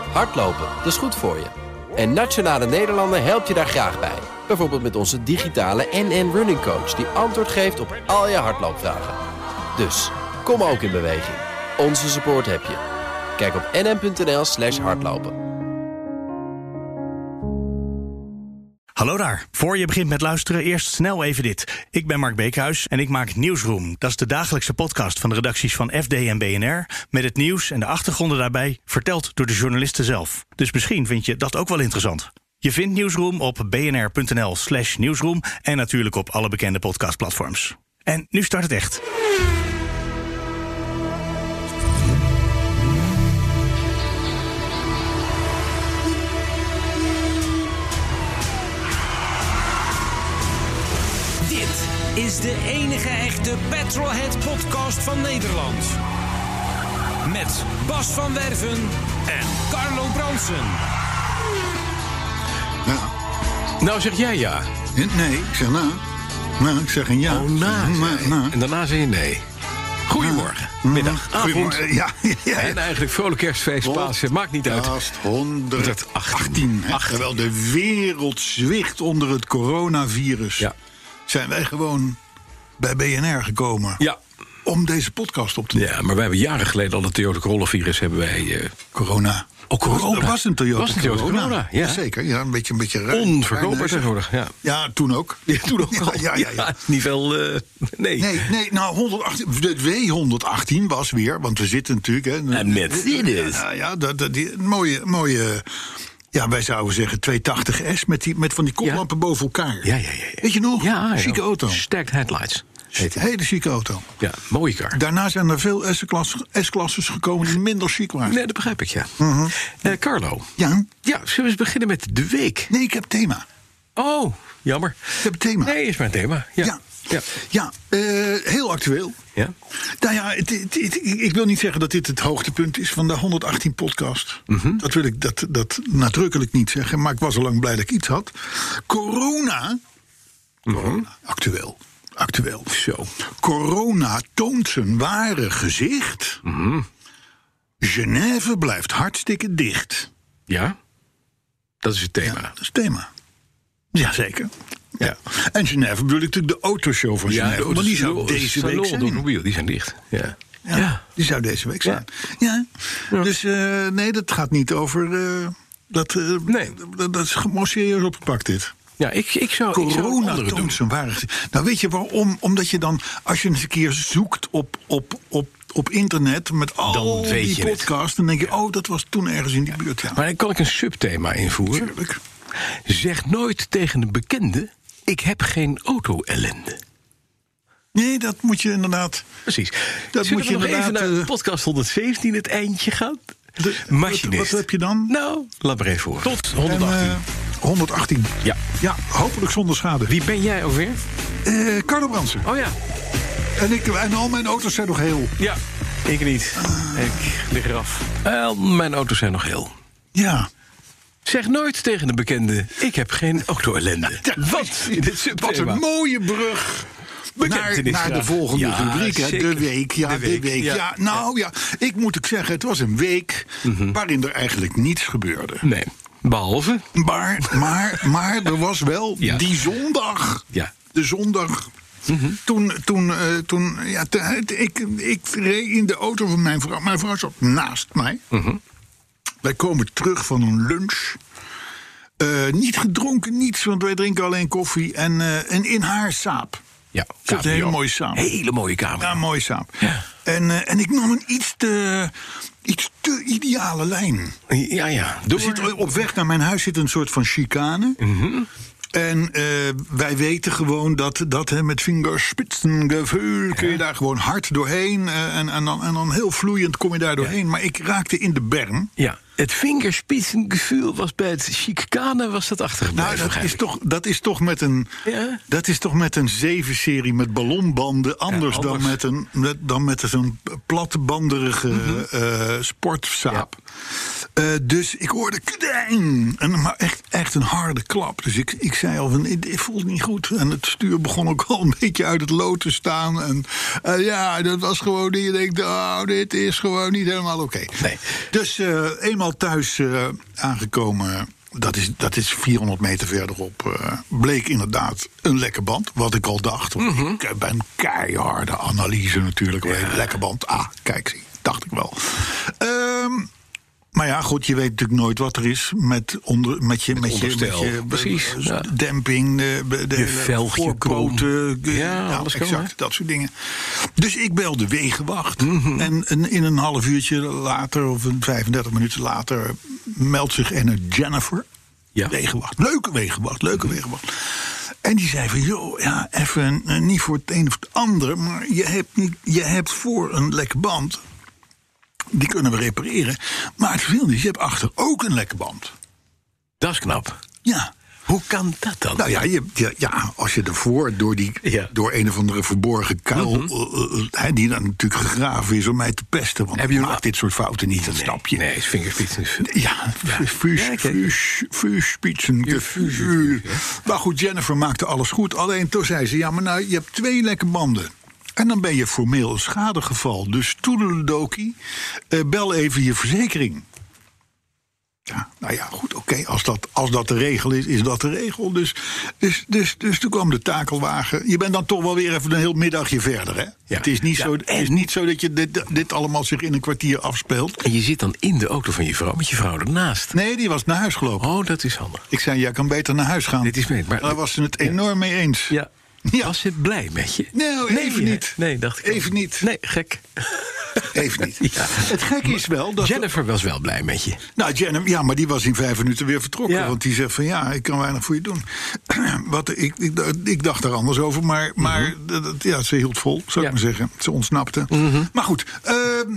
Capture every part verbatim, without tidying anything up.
Hardlopen, dat is goed voor je. En Nationale Nederlanden helpt je daar graag bij. Bijvoorbeeld met onze digitale N N Running Coach... die antwoord geeft op al je hardloopvragen. Dus, kom ook in beweging. Onze support heb je. Kijk op nn.nl slash hardlopen. Hallo daar. Voor je begint met luisteren, eerst snel even dit. Ik ben Mark Beekhuis en ik maak Nieuwsroom. Dat is de dagelijkse podcast van de redacties van F D en B N R... met het nieuws en de achtergronden daarbij, verteld door de journalisten zelf. Dus misschien vind je dat ook wel interessant. Je vindt Nieuwsroom op bnr.nl slash nieuwsroom... en natuurlijk op alle bekende podcastplatforms. En nu start het echt. Is de enige echte Petrolhead-podcast van Nederland. Met Bas van Werven en Carlo Bronsen. Ja. Nou zeg jij ja. Nee, ik zeg na. Nou, ik zeg een ja. Oh, na. na, na. En daarna zeg je nee. Goedemorgen, na. middag, avond. Goedemorgen, ja, ja, ja. En eigenlijk vrolijk kerstfeest, Pasen, maakt niet uit. honderdachttien. Terwijl de wereld zwicht onder het coronavirus... Ja. zijn wij gewoon bij B N R gekomen... Ja. om deze podcast op te nemen. Ja, maar wij hebben jaren geleden al het Toyota Corolla-virus hebben wij... Uh... Corona. Oh, corona. Dat was een Toyota, was een Toyota Corona. Corona, ja. Zeker, ja, een beetje, een beetje ruim. Onverkoopbaar tegenwoordig, ja. Ja, toen ook. Ja, toen ook al. Ja, ja, ja. ja niet veel, uh, nee. Nee, nee, nou, honderdachttien, de W honderdachttien was weer, want we zitten natuurlijk... Hè, en Mercedes. Ja, ja dat, dat, die mooie, mooie... Ja, wij zouden zeggen tweehonderdtachtig S met, die, met van die koplampen ja. boven elkaar. Ja, ja, ja, ja. Weet je nog? Ja, ja. Chique auto. Stacked headlights. Hele chique auto. Ja, mooie kar. Daarna zijn er veel S-klasses gekomen die minder chic waren. Nee, dat begrijp ik, ja. Uh-huh. Uh, Carlo. Ja? Ja, zullen we eens beginnen met de week? Nee, ik heb thema. Oh, jammer. Ik heb het thema. Nee, is mijn thema. Ja. Ja. Ja, ja uh, heel actueel. Ja? Nou ja, het, het, het, ik wil niet zeggen dat dit het hoogtepunt is van de honderdachttien podcast. Mm-hmm. Dat wil ik dat, dat nadrukkelijk niet zeggen, maar ik was al lang blij dat ik iets had. Corona. Mm-hmm. Corona. Actueel. Actueel. Zo. Corona toont zijn ware gezicht. Mm-hmm. Genève blijft hartstikke dicht. Ja? Dat is het thema. Ja, dat is het thema. Jazeker. Ja. En Genève bedoel ik natuurlijk de autoshow van Genève. Ja, maar die zou deze week zijn. Die zijn dicht. Ja. Ja, ja. Die zou deze week zijn. Ja. ja. Dus uh, nee, dat gaat niet over... Uh, dat, uh, nee. dat, dat is gewoon serieus opgepakt, dit. Ja, ik, ik zou... Corona ik zou toont zijn ware gezicht. Nou, weet je waarom? Omdat je dan, als je eens een keer zoekt op... op, op op internet met al dan weet die podcasts, dan denk je, oh, dat was toen ergens in die buurt. Ja. Maar dan kan ik een subthema invoeren. Tuurlijk. Zeg nooit tegen een bekende, ik heb geen auto-ellende. Nee, dat moet je inderdaad... Precies. Dat Zullen moet je we nog inderdaad... even naar podcast honderdzeventien het eindje gaan? De, Machinist. Wat, wat heb je dan? Nou, laat maar even voor. Tot honderdachttien. En, uh, honderdachttien. Ja. Ja, hopelijk zonder schade. Wie ben jij alweer? Uh, Carlo Bronsen. Oh ja. En, ik, en al mijn auto's zijn nog heel. Ja, ik niet. Uh. Ik lig eraf. Uh, mijn auto's zijn nog heel. Ja. Zeg nooit tegen een bekende, ik heb geen auto-ellende. Ja, wat, wat een mooie brug. Naar, naar de volgende ja, rubriek, hè? De week, ja, de week. De week ja. Ja, nou ja, ik moet ik zeggen, het was een week mm-hmm. waarin er eigenlijk niets gebeurde. Nee, behalve. Maar, maar, maar er was wel ja. die zondag, ja. de zondag. Mm-hmm. Toen, toen, uh, toen ja, te, ik, ik reed in de auto van mijn vrouw. Mijn vrouw zat naast mij. Mm-hmm. Wij komen terug van een lunch. Uh, niet gedronken, niets, want wij drinken alleen koffie. En, uh, en in haar Saab. Ja, dat is een hele mooie Saab. Hele mooie kamer. Ja, mooie Saab. Ja. En, uh, en ik nam een iets te, iets te ideale lijn. Ja, ja. Door... Zit, op weg naar mijn huis zit een soort van chicane. Mm-hmm. En uh, wij weten gewoon dat, dat he, met vingerspitsengevoel kun je ja. daar gewoon hard doorheen. Uh, en, en, dan, en dan heel vloeiend kom je daar doorheen. Ja. Maar ik raakte in de berm. Ja, het vingerspitsengevoel was bij het chicane was dat achtergebleven. Nou, dat is, toch, dat is toch met een ja. dat is toch met een zeven serie met ballonbanden anders, ja, anders. dan met een met, dan met zo'n plattebanderige mm-hmm. uh, sportsaap. Ja. Uh, dus ik hoorde kdang, en maar echt, echt een harde klap. Dus ik, ik zei al van, dit voelt niet goed. En het stuur begon ook al een beetje uit het lood te staan. En uh, ja, dat was gewoon, je denkt, oh, dit is gewoon niet helemaal oké. Okay. Nee. Dus uh, eenmaal thuis uh, aangekomen, dat is, dat is vierhonderd meter verderop, uh, bleek inderdaad een lekke band. Wat ik al dacht, want mm-hmm. ik ben keiharde analyse natuurlijk. Ja. Lekke band, ah, kijk, zie, dacht ik wel. Um, Maar ja, goed, je weet natuurlijk nooit wat er is met, onder, met je, met met je, met je precies, uh, ja. demping, de, de, de voorpoten, ja, ja, alles exact, kan, dat soort dingen. Dus ik belde Wegenwacht. Mm-hmm. En, en in een half uurtje later, of een vijfendertig minuten later, meldt zich ene Jennifer. Ja. Wegenwacht, leuke Wegenwacht, leuke mm-hmm. Wegenwacht. En die zei van, joh, ja, even uh, niet voor het een of het ander, maar je hebt, niet, je hebt voor een lekke band, die kunnen we repareren. Maar het veel is, je hebt achter ook een lekke band. Dat is knap. Ja. Hoe kan dat dan? Nou ja, je, ja, ja als je ervoor door, die, ja. door een of andere verborgen kuil, mm-hmm. uh, uh, die dan natuurlijk gegraven is om mij te pesten. Want heb je maakt dit soort fouten niet, dat nee, snap je. Nee, is vingerspitsen. Ja, vuurspitsen. Maar goed, Jennifer maakte alles goed. Alleen toen zei ze, ja, maar nou, je hebt twee lekke banden. En dan ben je formeel een schadegeval. Dus toedeledokie, uh, bel even je verzekering. Ja, nou ja, goed, oké. Okay. Als, dat, als dat de regel is, is dat de regel. Dus, dus, dus, dus toen kwam de takelwagen. Je bent dan toch wel weer even een heel middagje verder, hè? Ja. Het is niet, ja, zo, het is niet zo dat je dit, dit allemaal zich in een kwartier afspeelt. En je zit dan in de auto van je vrouw met je vrouw ernaast. Nee, die was naar huis gelopen. Oh, dat is handig. Ik zei, jij kan beter naar huis gaan. Dit is mee, maar daar was ze het enorm ja. mee eens. Ja. Ja. Was ze blij met je? Nou, nee, even niet. Nee, dacht ik Even ook. niet. Nee, gek. Even niet. Ja. Het gekke is wel dat Jennifer was wel blij met je. Nou, Jennifer, ja, maar die was in vijf minuten weer vertrokken. Ja. Want die zegt van, ja, ik kan weinig voor je doen. Wat, ik, ik, ik dacht daar anders over, maar, maar mm-hmm. ja, ze hield vol, zou ja. ik maar zeggen. Ze ontsnapte. Mm-hmm. Maar goed, uh,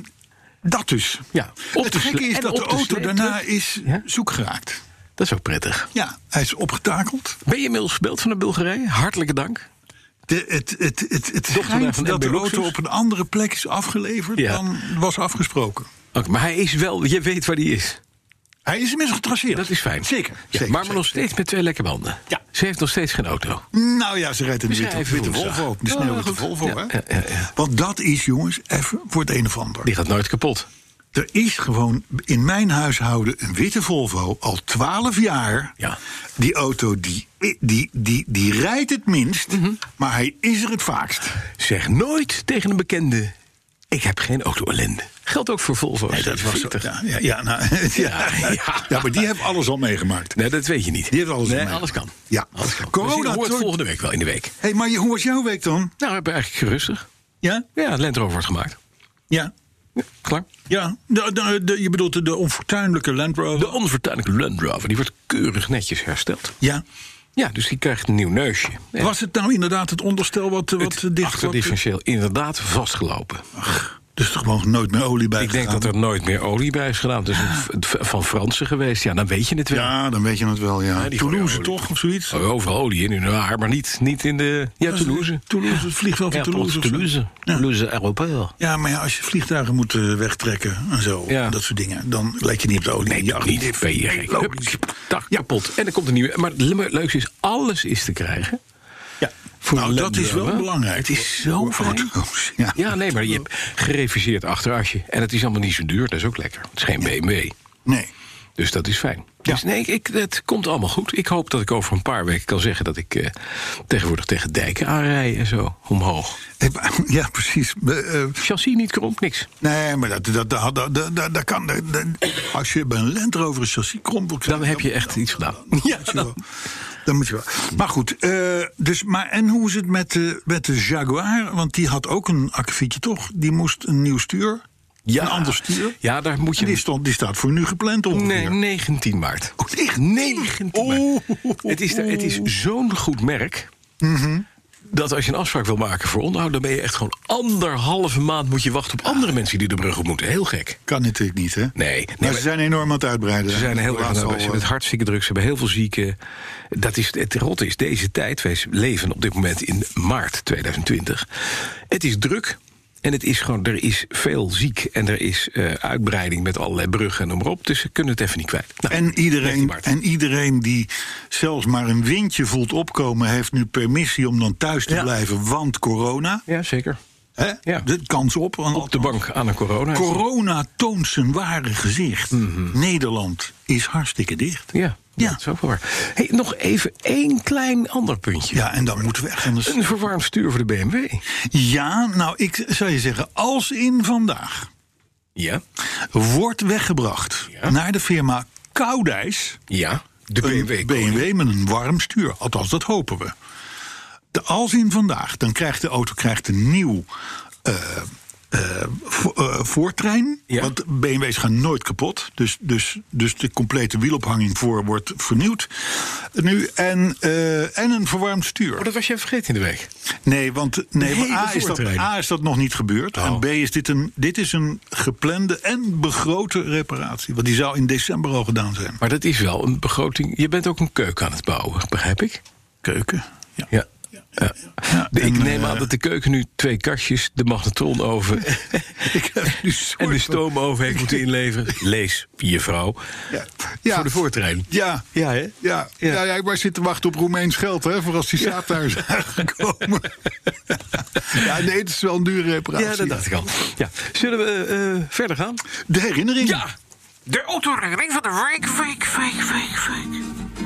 dat dus. Ja. Het gekke is dat de, de auto daarna is ja? zoek geraakt. Dat is ook prettig. Ja, hij is opgetakeld. Ben je inmiddels gebeld van de Bulgarije? Hartelijke dank. De, het het, het, het schijnt dat de auto op een andere plek is afgeleverd ja. dan was afgesproken. Okay, maar hij is wel, je weet waar die is. Hij is inmiddels getraceerd. Dat is fijn. Zeker. Ja, zeker maar zeker, nog steeds met twee lekke banden. Ja. Ze heeft nog steeds geen auto. Nou ja, ze rijdt in de witte, witte Volvo. De sneeuwwitte oh, Volvo, ja, hè? Ja, ja, ja. Want dat is, jongens, even voor het een of ander. Die gaat nooit kapot. Er is gewoon in mijn huishouden een witte Volvo al twaalf jaar. Ja. Die auto, die, die, die, die rijdt het minst, mm-hmm. maar hij is er het vaakst. Zeg nooit tegen een bekende, ik heb geen auto-ellende. Geldt ook voor Volvo's. Nee, dat was zo, ja, ja, ja, nou, ja, ja, ja. ja, maar die heeft alles al meegemaakt. Nee, dat weet je niet. Die heeft alles nee, al alles kan. Ja. Alles kan. Corona dus hoort volgende week wel in de week. Hey, maar hoe was jouw week dan? Nou, ik ben eigenlijk gerustig. Ja? Ja, Land Rover wordt gemaakt. Ja. Ja, klaar. Ja, de, de, de, je bedoelt de, de onfortuinlijke Land Rover? De onfortuinlijke Land Rover, die wordt keurig netjes hersteld. Ja. Ja, dus die krijgt een nieuw neusje. Ja. Was het nou inderdaad het onderstel wat, wat het dicht achterdifferentieel inderdaad vastgelopen. Ach. Dus er gewoon nooit meer olie bij Ik denk gedaan. dat er nooit meer olie bij is gedaan. Het is een, van Fransen geweest. Ja, dan weet je het wel. Ja, dan weet je het wel, ja. ja Toulouse toch, of zoiets? Oh, overal olie in hun haar, maar niet, niet in de... Ja, Toulouse. Toulouse, het vliegt wel van ja, Toulouse. Toulouse, ja. Toulouse Aéroport. Ja, maar ja, als je vliegtuigen moet uh, wegtrekken en zo, ja. dat soort dingen, dan lijkt je niet op de olie. Nee, ja, niet. Ben je gek. Hup, tak, ja. kapot. En dan komt een nieuwe... Maar het leukste is, alles is te krijgen. Ja. Voor nou, dat is wel belangrijk. Het is zo fijn. Ja. ja, nee, maar je hebt gereviseerd achterasje. En het is allemaal niet zo duur, dat is ook lekker. Het is geen B M W. Nee. Dus dat is fijn. Ja. Dus nee, ik, het komt allemaal goed. Ik hoop dat ik over een paar weken kan zeggen dat ik uh, tegenwoordig tegen dijken aanrij en zo, omhoog. Ja, precies. Uh, Chassis niet kromp, niks. Nee, maar dat, dat, dat, dat, dat, dat kan. Dat, dat, als je bij een Land Rover een chassis kromp... Dan heb je echt dan, iets gedaan. Dan, ja, dan. Dan moet je wel. Maar goed, uh, dus, maar en hoe is het met de, met de Jaguar? Want die had ook een akkefietje, toch? Die moest een nieuw stuur. Ja, een ander stuur. Ja, daar moet je. Die, stond, die staat voor nu gepland ongeveer. Nee, negentien maart. Oh, echt? negentien maart. Oh. Het is, het is zo'n goed merk. Mm-hmm. Dat als je een afspraak wil maken voor onderhoud, dan ben je echt gewoon anderhalve maand moet je wachten op andere mensen die de brug op moeten. Heel gek. Kan natuurlijk niet, hè? Nee. nee maar, maar ze zijn enorm aan het uitbreiden. Ze zijn heel erg aan het uitbreiden. Ze hebben het hartstikke druk. Ze hebben heel veel zieken. Dat is, het rotte is deze tijd. Wij leven op dit moment in maart tweeduizend twintig. Het is druk. En het is gewoon, er is veel ziek en er is uh, uitbreiding met allerlei bruggen en noem maar op. Dus ze kunnen het even niet kwijt. Nou, en, iedereen, en iedereen die zelfs maar een windje voelt opkomen, heeft nu permissie om dan thuis te ja. blijven, want corona. Ja, zeker. Hè? Ja. De kans op. Op de bank aan een corona. Corona toont zijn ware gezicht. Mm-hmm. Nederland is hartstikke dicht. Ja. Ja, dat is ook waar. Hey, nog even één klein ander puntje. Ja, en dan moeten we echt anders. Een verwarmd stuur voor de B M W. Ja, nou, ik zou je zeggen, als in vandaag ja. wordt weggebracht ja. naar de firma Koudijs. Ja, de B M W. Een B M W met een warm stuur. Althans, dat hopen we. De, als in vandaag, dan krijgt de auto krijgt een nieuw Uh, Uh, vo- uh, voortrein. Ja. Want B M W's gaan nooit kapot. Dus, dus, dus de complete wielophanging voor wordt vernieuwd. Nu, en, uh, en een verwarmd stuur. Oh, dat was je vergeten in de week. Nee, want nee, A, is dat, A is dat nog niet gebeurd. Oh. En B is dit een, dit is een geplande en begrote reparatie. Want die zou in december al gedaan zijn. Maar dat is wel een begroting. Je bent ook een keuken aan het bouwen, begrijp ik? Keuken, ja. ja. Ja. Ja, de, ik neem aan dat de keuken nu twee kastjes, de magnetronoven ik heb nu en de stoomoven heeft moeten inleveren. Lees, je vrouw. Ja. Ja. Voor de voortrein. Ja, ja, hè? Ja. Ja. Ja, ja, ik maar zit te wachten op Roemeens geld, hè, voor als die saap daar is aangekomen. Ja, nee, het is wel een dure reparatie. Ja, dat dacht ik al. Ja. Zullen we uh, verder gaan? De herinnering. Ja, de autoherinnering van de week, week, week, week, week.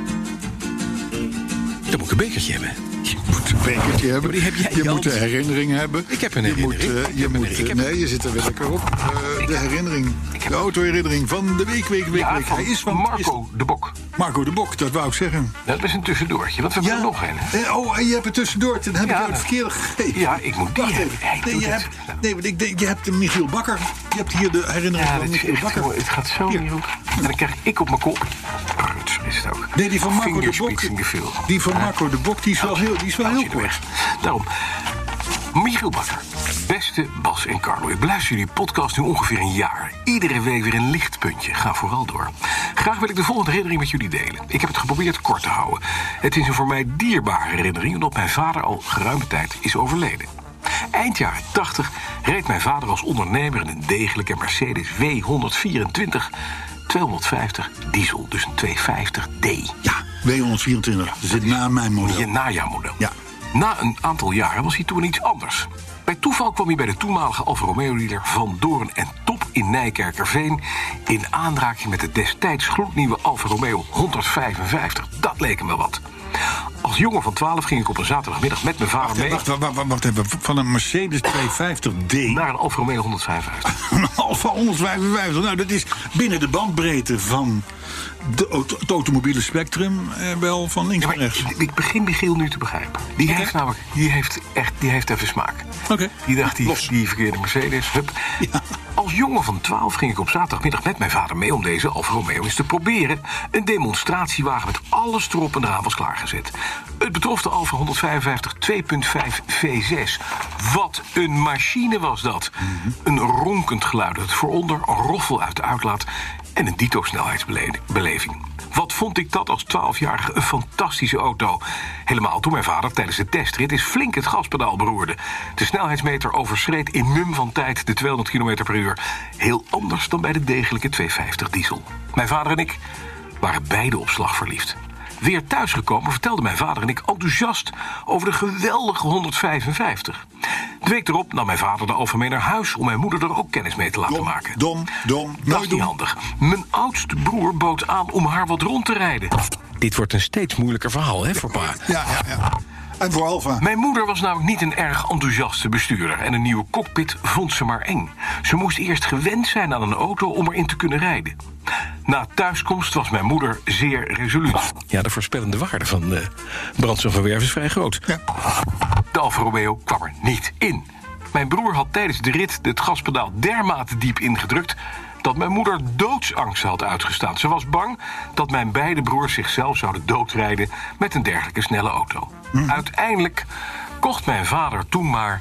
Dan moet ik een bekertje hebben. Je moet een bekertje hebben. Die heb jij, je moet een herinnering hebben. Ik heb een je herinnering. Moet, uh, je moet, een, heb... Nee, je zit er weer lekker op. Uh, de herinning. De auto-herinnering van de week, week, week, ja, week. Hij is van Marco de Bok. Marco de Bok, dat wou ik zeggen. Dat is een tussendoortje, want we hebben ja. er nog een. Hè? Oh, en je hebt het tussendoor. Dan heb ja, ik jou het verkeerde gegeven. Ja, ik moet die hebben. Hey, nee, je hebt, nee, want ik denk, je hebt de Michiel Bakker. Je hebt hier de herinnering ja, van Michiel Bakker. Hoor, het gaat zo niet goed. En dan krijg ik op mijn kop. Ruts is het ook. Nee, die van Marco de Bok. Die van Marco de Bok, die is wel heel, die is wel heel kort. Daarom, Michiel Bakker, beste Bas en Carlo. Ik beluister jullie podcast nu ongeveer een jaar. Iedere week weer een lichtpuntje. Ga vooral door. Graag wil ik de volgende herinnering met jullie delen. Ik heb het geprobeerd kort te houden. Het is een voor mij dierbare herinnering, omdat mijn vader al geruime tijd is overleden. Eind jaren tachtig reed mijn vader als ondernemer in een degelijke Mercedes W honderdvierentwintig tweehonderdvijftig diesel, dus een tweehonderdvijftig D. Ja, W honderdvierentwintig. Dat zit na mijn model. Je na jouw model. Ja. Na een aantal jaren was hij toen iets anders. Bij toeval kwam hij bij de toenmalige Alfa Romeo-dealer Van Doorn en Top in Nijkerkerveen in aanraking met de destijds gloednieuwe Alfa Romeo honderdvijfenvijftig. Dat leek hem wel wat. Als jongen van twaalf ging ik op een zaterdagmiddag met mijn vader mee. Wacht, wacht, wacht, wacht even. Van een Mercedes tweehonderdvijftig D naar een Alfa Romeo honderdvijfenvijftig. Een Alfa honderdvijfenvijftig. Nou, dat is binnen de bandbreedte van de auto, het automobiele spectrum eh, wel van links naar ja, rechts. Ik, ik begin Michiel nu te begrijpen. Die okay. heeft namelijk, die heeft echt, die heeft even smaak. Oké. Okay. Die dacht, die, die verkeerde Mercedes. Hup. Ja. Als jongen van twaalf ging ik op zaterdagmiddag met mijn vader mee om deze Alfa Romeo eens te proberen. Een demonstratiewagen met alles erop en eraan was klaargezet. Het betrof de Alfa honderdvijfenvijftig twee punt vijf V zes. Wat een machine was dat. Mm-hmm. Een ronkend geluid uit het vooronder, een roffel uit de uitlaat en een dito-snelheidsbeleving. Wat vond ik dat als twaalfjarige een fantastische auto. Helemaal toen mijn vader tijdens de testrit eens flink het gaspedaal beroerde. De snelheidsmeter overschreed in mum van tijd de tweehonderd kilometer per uur. Heel anders dan bij de degelijke tweehonderdvijftig diesel. Mijn vader en ik waren beide op slag verliefd. Weer thuisgekomen vertelden mijn vader en ik enthousiast over de geweldige honderdvijfenvijftig. De week erop nam mijn vader de Alfa mee naar huis om mijn moeder er ook kennis mee te laten dom, maken. Dom, dom, Dat is niet handig. Mijn oudste broer bood aan om haar wat rond te rijden. Dit wordt een steeds moeilijker verhaal, hè, voor pa? Ja, ja, ja. En voor Alfa. Mijn moeder was namelijk niet een erg enthousiaste bestuurder en een nieuwe cockpit vond ze maar eng. Ze moest eerst gewend zijn aan een auto om erin te kunnen rijden. Na thuiskomst was mijn moeder zeer resoluut. Ja, de voorspellende waarde van uh, Brandsen van Werven is vrij groot. Ja. De Alfa Romeo kwam er niet in. Mijn broer had tijdens de rit het gaspedaal dermate diep ingedrukt dat mijn moeder doodsangst had uitgestaan. Ze was bang dat mijn beide broers zichzelf zouden doodrijden met een dergelijke snelle auto. Mm. Uiteindelijk kocht mijn vader toen maar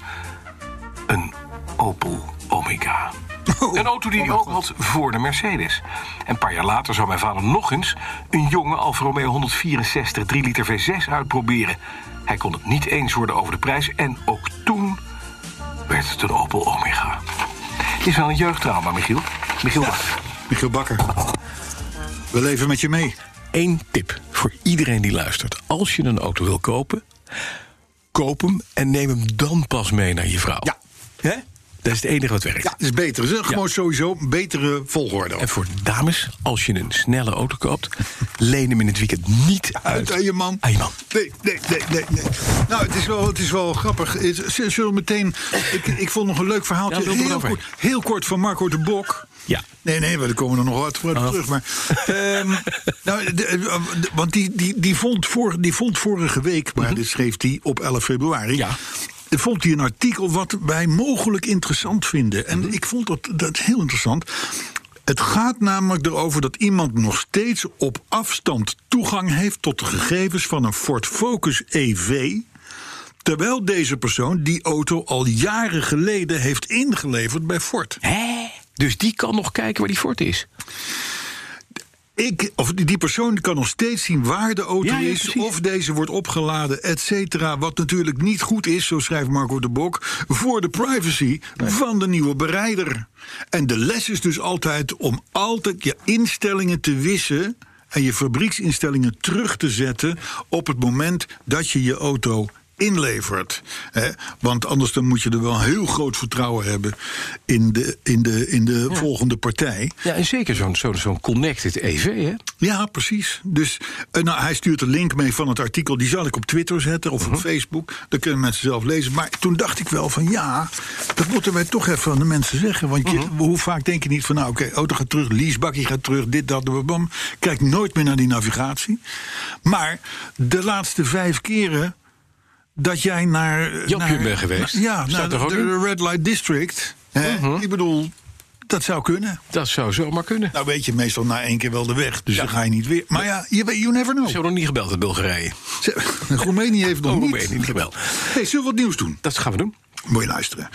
een Opel Omega. Oh, een auto die hij ook had voor de Mercedes. Een paar jaar later zou mijn vader nog eens een jonge Alfa Romeo honderdvierenzestig drie liter V zes uitproberen. Hij kon het niet eens worden over de prijs en ook toen werd het een Opel Omega. Het is wel een jeugdtrauma, Michiel. Michiel ja. Bakker. Michiel Bakker. We leven met je mee. Eén tip voor iedereen die luistert. Als je een auto wil kopen, koop hem en neem hem dan pas mee naar je vrouw. Ja. Hè? Dat is het enige wat werkt. Ja, dat is beter. Dat is gewoon ja. sowieso een betere volgorde. En voor dames, als je een snelle auto koopt, leen hem in het weekend niet uit. Uit aan je man. Aan je man. Nee, nee, nee, nee. nee. Nou, het is wel, het is wel grappig. Zullen we meteen... Ik, ik vond nog een leuk verhaaltje. Ja, heel, kort, heel kort van Marco de Bok. Ja. Nee, nee, we komen er nog wat voor oh. terug. Maar, um, nou, de, de, de, want die, die, die, vond voor, die vond vorige week, maar mm-hmm. dit schreef hij op elf februari... Ja. Vond hij een artikel wat wij mogelijk interessant vinden. En mm-hmm. ik vond dat, dat heel interessant. Het gaat namelijk erover dat iemand nog steeds op afstand toegang heeft tot de gegevens van een Ford Focus E V... terwijl deze persoon die auto al jaren geleden heeft ingeleverd bij Ford. Hé? Dus die kan nog kijken waar die Ford is? Ik, of die persoon kan nog steeds zien waar de auto ja, ja, is... precies. Of deze wordt opgeladen, et cetera. Wat natuurlijk niet goed is, zo schrijft Marco de Bok... voor de privacy nee. van de nieuwe berijder. En de les is dus altijd om altijd je instellingen te wissen... en je fabrieksinstellingen terug te zetten... op het moment dat je je auto inlevert. Hè? Want anders dan moet je er wel heel groot vertrouwen hebben... in de, in de, in de ja. volgende partij. Ja, en zeker zo'n, zo'n, zo'n connected E V, hè? Ja, precies. Dus uh, nou, hij stuurt de link mee van het artikel. Die zal ik op Twitter zetten of uh-huh. op Facebook. Dan kunnen mensen zelf lezen. Maar toen dacht ik wel van ja, dat moeten wij toch even aan de mensen zeggen. Want je, uh-huh. hoe vaak denk je niet van nou oké, okay, auto gaat terug, leasebakje gaat terug, dit, dat, bam. Kijk nooit meer naar die navigatie. Maar de laatste vijf keren... dat jij naar... Japje bent geweest. Naar, ja, naar de, de Red Light District. Hè? Uh-huh. Ik bedoel, dat zou kunnen. Dat zou zomaar kunnen. Nou weet je meestal na één keer wel de weg. Dus ja. dan ga je niet weer... Maar ja, you, you never know. Ze hebben nog niet gebeld uit Bulgarije. Roemenië heeft nog oh, niet... Roemenië niet gebeld. Hey, zullen we wat nieuws doen? Dat gaan we doen. Moet je luisteren.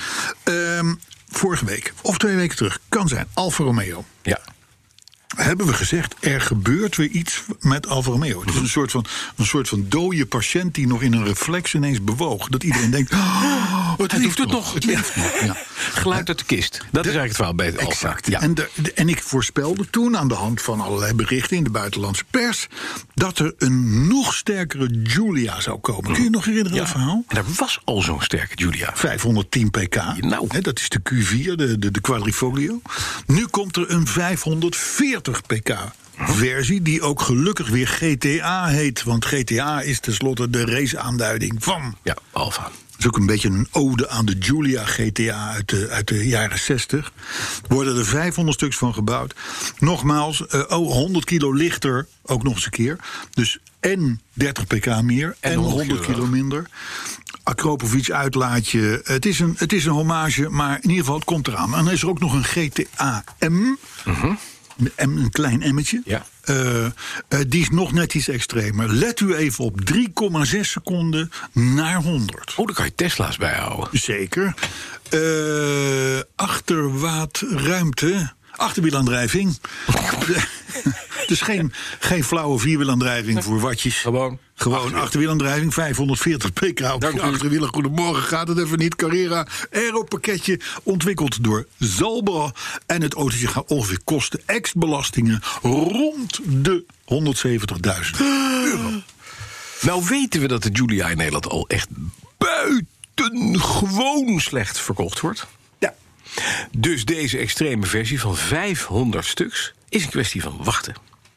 Um, vorige week, of twee weken terug, kan zijn Alfa Romeo. Ja. Hebben we gezegd, er gebeurt weer iets met Alfa Romeo. Het is een soort van, een soort van dode patiënt die nog in een reflex ineens bewoog. Dat iedereen denkt, oh, het hij leeft het nog. nog. Het leeft nog. Ja. Geluid uit de kist. Dat de, is eigenlijk het verhaal bij het Alfa. Exact. Ja. En, de, de, en ik voorspelde toen aan de hand van allerlei berichten in de buitenlandse pers... dat er een nog sterkere Giulia zou komen. Kun je je nog herinneren ja. dat verhaal? En er was al zo'n sterke Giulia. vijfhonderdtien pk. Nou. He, dat is de Q vier, de, de, de Quadrifoglio. Nu komt er een vijfhonderdveertig pk. Versie die ook gelukkig weer G T A heet. Want G T A is tenslotte de raceaanduiding van... Ja, Alfa. Dat is ook een beetje een ode aan de Giulia G T A uit de, uit de jaren zestig. Er worden er vijfhonderd stuks van gebouwd. Nogmaals, uh, oh, honderd kilo lichter, ook nog eens een keer. Dus en dertig pk meer en, en honderd kilo minder. Akropovic uitlaatje. Het is, een, het is een hommage, maar in ieder geval het komt eraan. En dan is er ook nog een G T A M... Uh-huh. Een klein emmetje. Ja. Uh, uh, die is nog net iets extremer. Let u even op, drie komma zes seconden naar honderd. Oh, daar kan je Tesla's bijhouden. Zeker. Uh, achterwaadruimte. Achterwielaandrijving. Dus geen, geen flauwe vierwielaandrijving voor watjes. Gewoon. Gewoon achterwielaandrijving, vijfhonderdveertig pk op je achterwielen. Goedemorgen, gaat het even niet. Carrera aeropakketje, ontwikkeld door Zalbra. En het autootje gaat ongeveer kosten, ex-belastingen, rond de honderdzeventigduizend euro. Nou weten we dat de Giulia in Nederland al echt buitengewoon slecht verkocht wordt. Ja. Dus deze extreme versie van vijfhonderd stuks is een kwestie van wachten.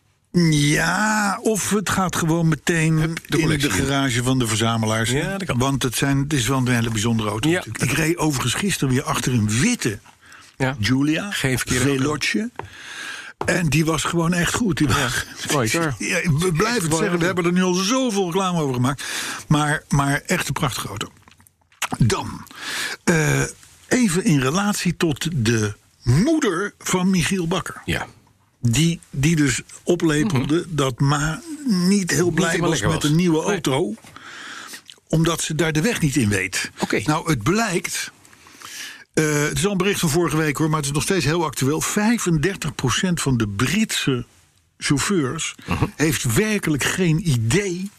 Ja, of het gaat gewoon meteen Hup, de in de garage van de verzamelaars. Ja, dat kan. Want het, zijn, het is wel een hele bijzondere auto. Ja, ik reed overigens gisteren weer achter een witte ja. Giulia. Geen verkeerde Veloce. En die was gewoon echt goed. Die ja, was, ja, we blijven het zeggen, we hebben er nu al zoveel reclame over gemaakt. Maar, maar echt een prachtige auto. Dan, uh, even in relatie tot de moeder van Michiel Bakker. Ja. Die, die dus oplepelde mm-hmm. dat Ma niet heel blij niet was met was. een nieuwe auto. Nee. Omdat ze daar de weg niet in weet. Okay. Nou, het blijkt... Uh, het is al een bericht van vorige week hoor, maar het is nog steeds heel actueel. vijfendertig procent van de Britse chauffeurs uh-huh. heeft werkelijk geen idee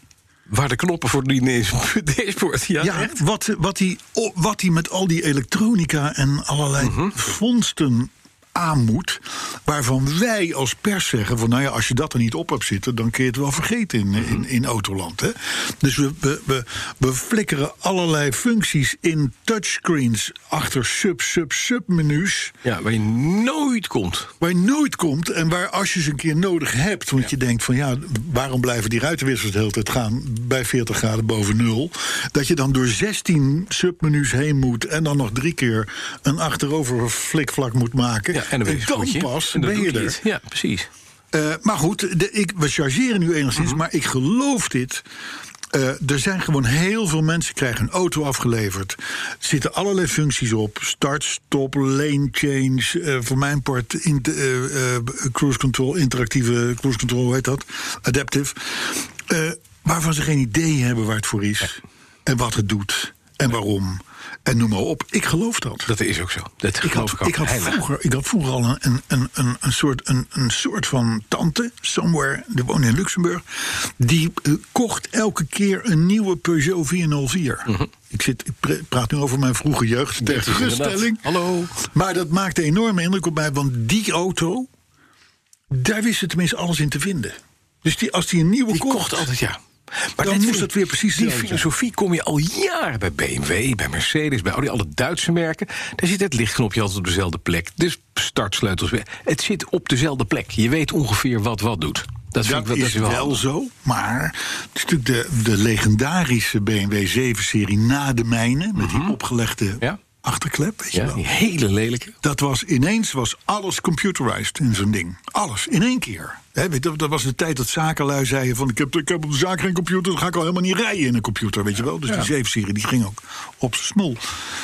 Waar de knoppen voor dienen is dashboard. Ja, ja echt? Wat, wat, hij, wat hij met al die elektronica en allerlei uh-huh. vondsten aan moet, waarvan wij als pers zeggen van, nou ja, als je dat er niet op hebt zitten, dan kun je het wel vergeten in, in, in Autoland. Hè? Dus we, we, we, we flikkeren allerlei functies in touchscreens achter sub, sub, sub menus. Ja, waar je nooit komt. Waar je nooit komt en waar als je ze een keer nodig hebt, want ja. je denkt van, ja, waarom blijven die ruitenwissers de hele tijd gaan bij veertig graden boven nul, dat je dan door zestien submenus heen moet en dan nog drie keer een achterover flikvlak moet maken. Ja. En dan, en dan pas en ben je er. Ja, precies. Uh, maar goed, de, ik, we chargeren nu enigszins, mm-hmm. maar ik geloof dit. Uh, er zijn gewoon heel veel mensen krijgen een auto afgeleverd. Er zitten allerlei functies op. Start, stop, lane change. Uh, voor mijn part in, uh, uh, cruise control, interactieve cruise control, hoe heet dat? Adaptive. Uh, waarvan ze geen idee hebben waar het voor is. Ja. En wat het doet. En ja. waarom. En noem maar op, ik geloof dat. Dat is ook zo. Dat ik, had, ik, ik, had vroeger, ik had vroeger al een, een, een, een, soort, een, een soort van tante, somewhere, die woonde in Luxemburg. Die uh, kocht elke keer een nieuwe Peugeot vierhonderdvier. Mm-hmm. Ik, zit, ik praat nu over mijn vroege jeugd, ter geruststelling. Hallo. Maar dat maakte een enorme indruk op mij, want die auto, daar wist ze tenminste alles in te vinden. Dus die, als die een nieuwe die kocht, kocht altijd, ja. Maar dan moest het weer precies die filosofie kom je al jaren bij B M W, bij Mercedes, bij Audi, alle Duitse merken. Daar zit het lichtknopje altijd op dezelfde plek. Dus startsleutels weer. Het zit op dezelfde plek. Je weet ongeveer wat wat doet. Dat, vind dat ik, is dat is wel, wel zo, maar het is natuurlijk de, de legendarische B M W zeven-serie na de mijne, met mm-hmm. die opgelegde ja. achterklep, weet je ja, wel. Die hele lelijke. Dat was ineens was alles computerized in zo'n ding. Alles, in één keer. He, weet je, dat was de tijd dat zakenlui zeiden van ik heb, ik heb op de zaak geen computer, dan ga ik al helemaal niet rijden in een computer, weet je wel. Dus ja. die zeven-serie die ging ook op z'n smol.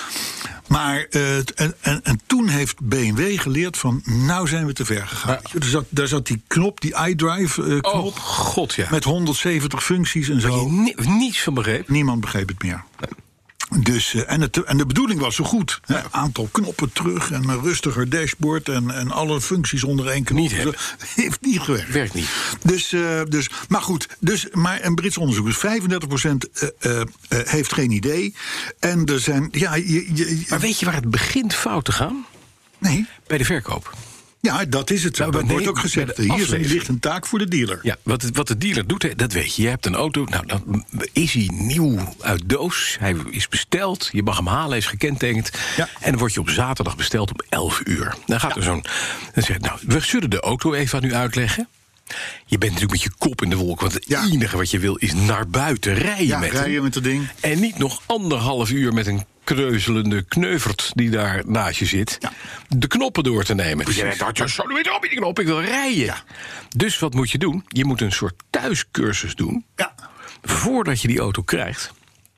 Maar uh, en, en, en toen heeft B M W geleerd van nou zijn we te ver gegaan. Ja. Er zat, daar zat die knop, die iDrive uh, knop. Oh god, ja. Met honderdzeventig functies en zo. Waar je ni- niets van begreep. Niemand begreep het meer. Nee. Dus, uh, en, het, en de bedoeling was zo goed. Een ja. aantal knoppen terug en een rustiger dashboard en, en alle functies onder één knop. Niet hebben. Heeft niet gewerkt. Werkt niet. Dus, uh, dus, maar goed, dus, maar een Brits onderzoek is vijfendertig procent uh, uh, uh, heeft geen idee. En er zijn, ja... Je, je, je, maar weet je waar het begint fout te gaan? Nee. Bij de verkoop. Ja, dat is het. Nou, dat nee, wordt ook gezegd. Hier ligt een taak voor de dealer. Ja, wat, wat de dealer doet, dat weet je. Je hebt een auto, nou, dan is hij nieuw uit doos. Hij is besteld, je mag hem halen, hij is gekentekend. Ja. En dan wordt je op zaterdag besteld om elf uur. Dan gaat ja. er zo'n... Dan zegt nou, we zullen de auto even aan u uitleggen. Je bent natuurlijk met je kop in de wolk. Want het ja. enige wat je wil is naar buiten rijden ja, met rijden hem. met dat ding. En niet nog anderhalf uur met een kreuzelende kneuvert die daar naast je zit, ja. de knoppen door te nemen. Dus je denkt, zo weet op die knop, ik wil rijden. Ja. Dus wat moet je doen? Je moet een soort thuiscursus doen, ja. voordat je die auto krijgt.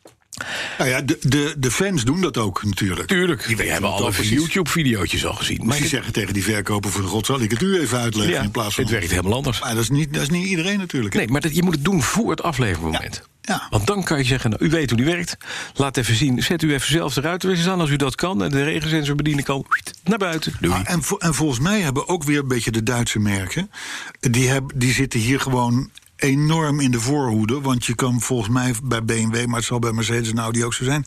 Nou ja, de, de, de fans doen dat ook natuurlijk. Tuurlijk, die hebben alle YouTube-videootjes al gezien. Maar ze zeggen tegen die verkoper van god, zal ik het u even uitleggen ja, in plaats van... Het werkt helemaal anders. Maar dat is niet, dat is niet iedereen natuurlijk. Hè? Nee, maar dat, je moet het doen voor het aflevermoment. Ja. Ja. Want dan kan je zeggen, nou, u weet hoe die werkt. Laat even zien, zet u even zelf de ruitenwissers aan als u dat kan. En de regensensor bedienen kan, naar buiten. Doei. Ah, en, vo- en volgens mij hebben ook weer een beetje de Duitse merken... die, heb, die zitten hier gewoon enorm in de voorhoede. Want je kan volgens mij bij B M W, maar het zal bij Mercedes en Audi ook zo zijn...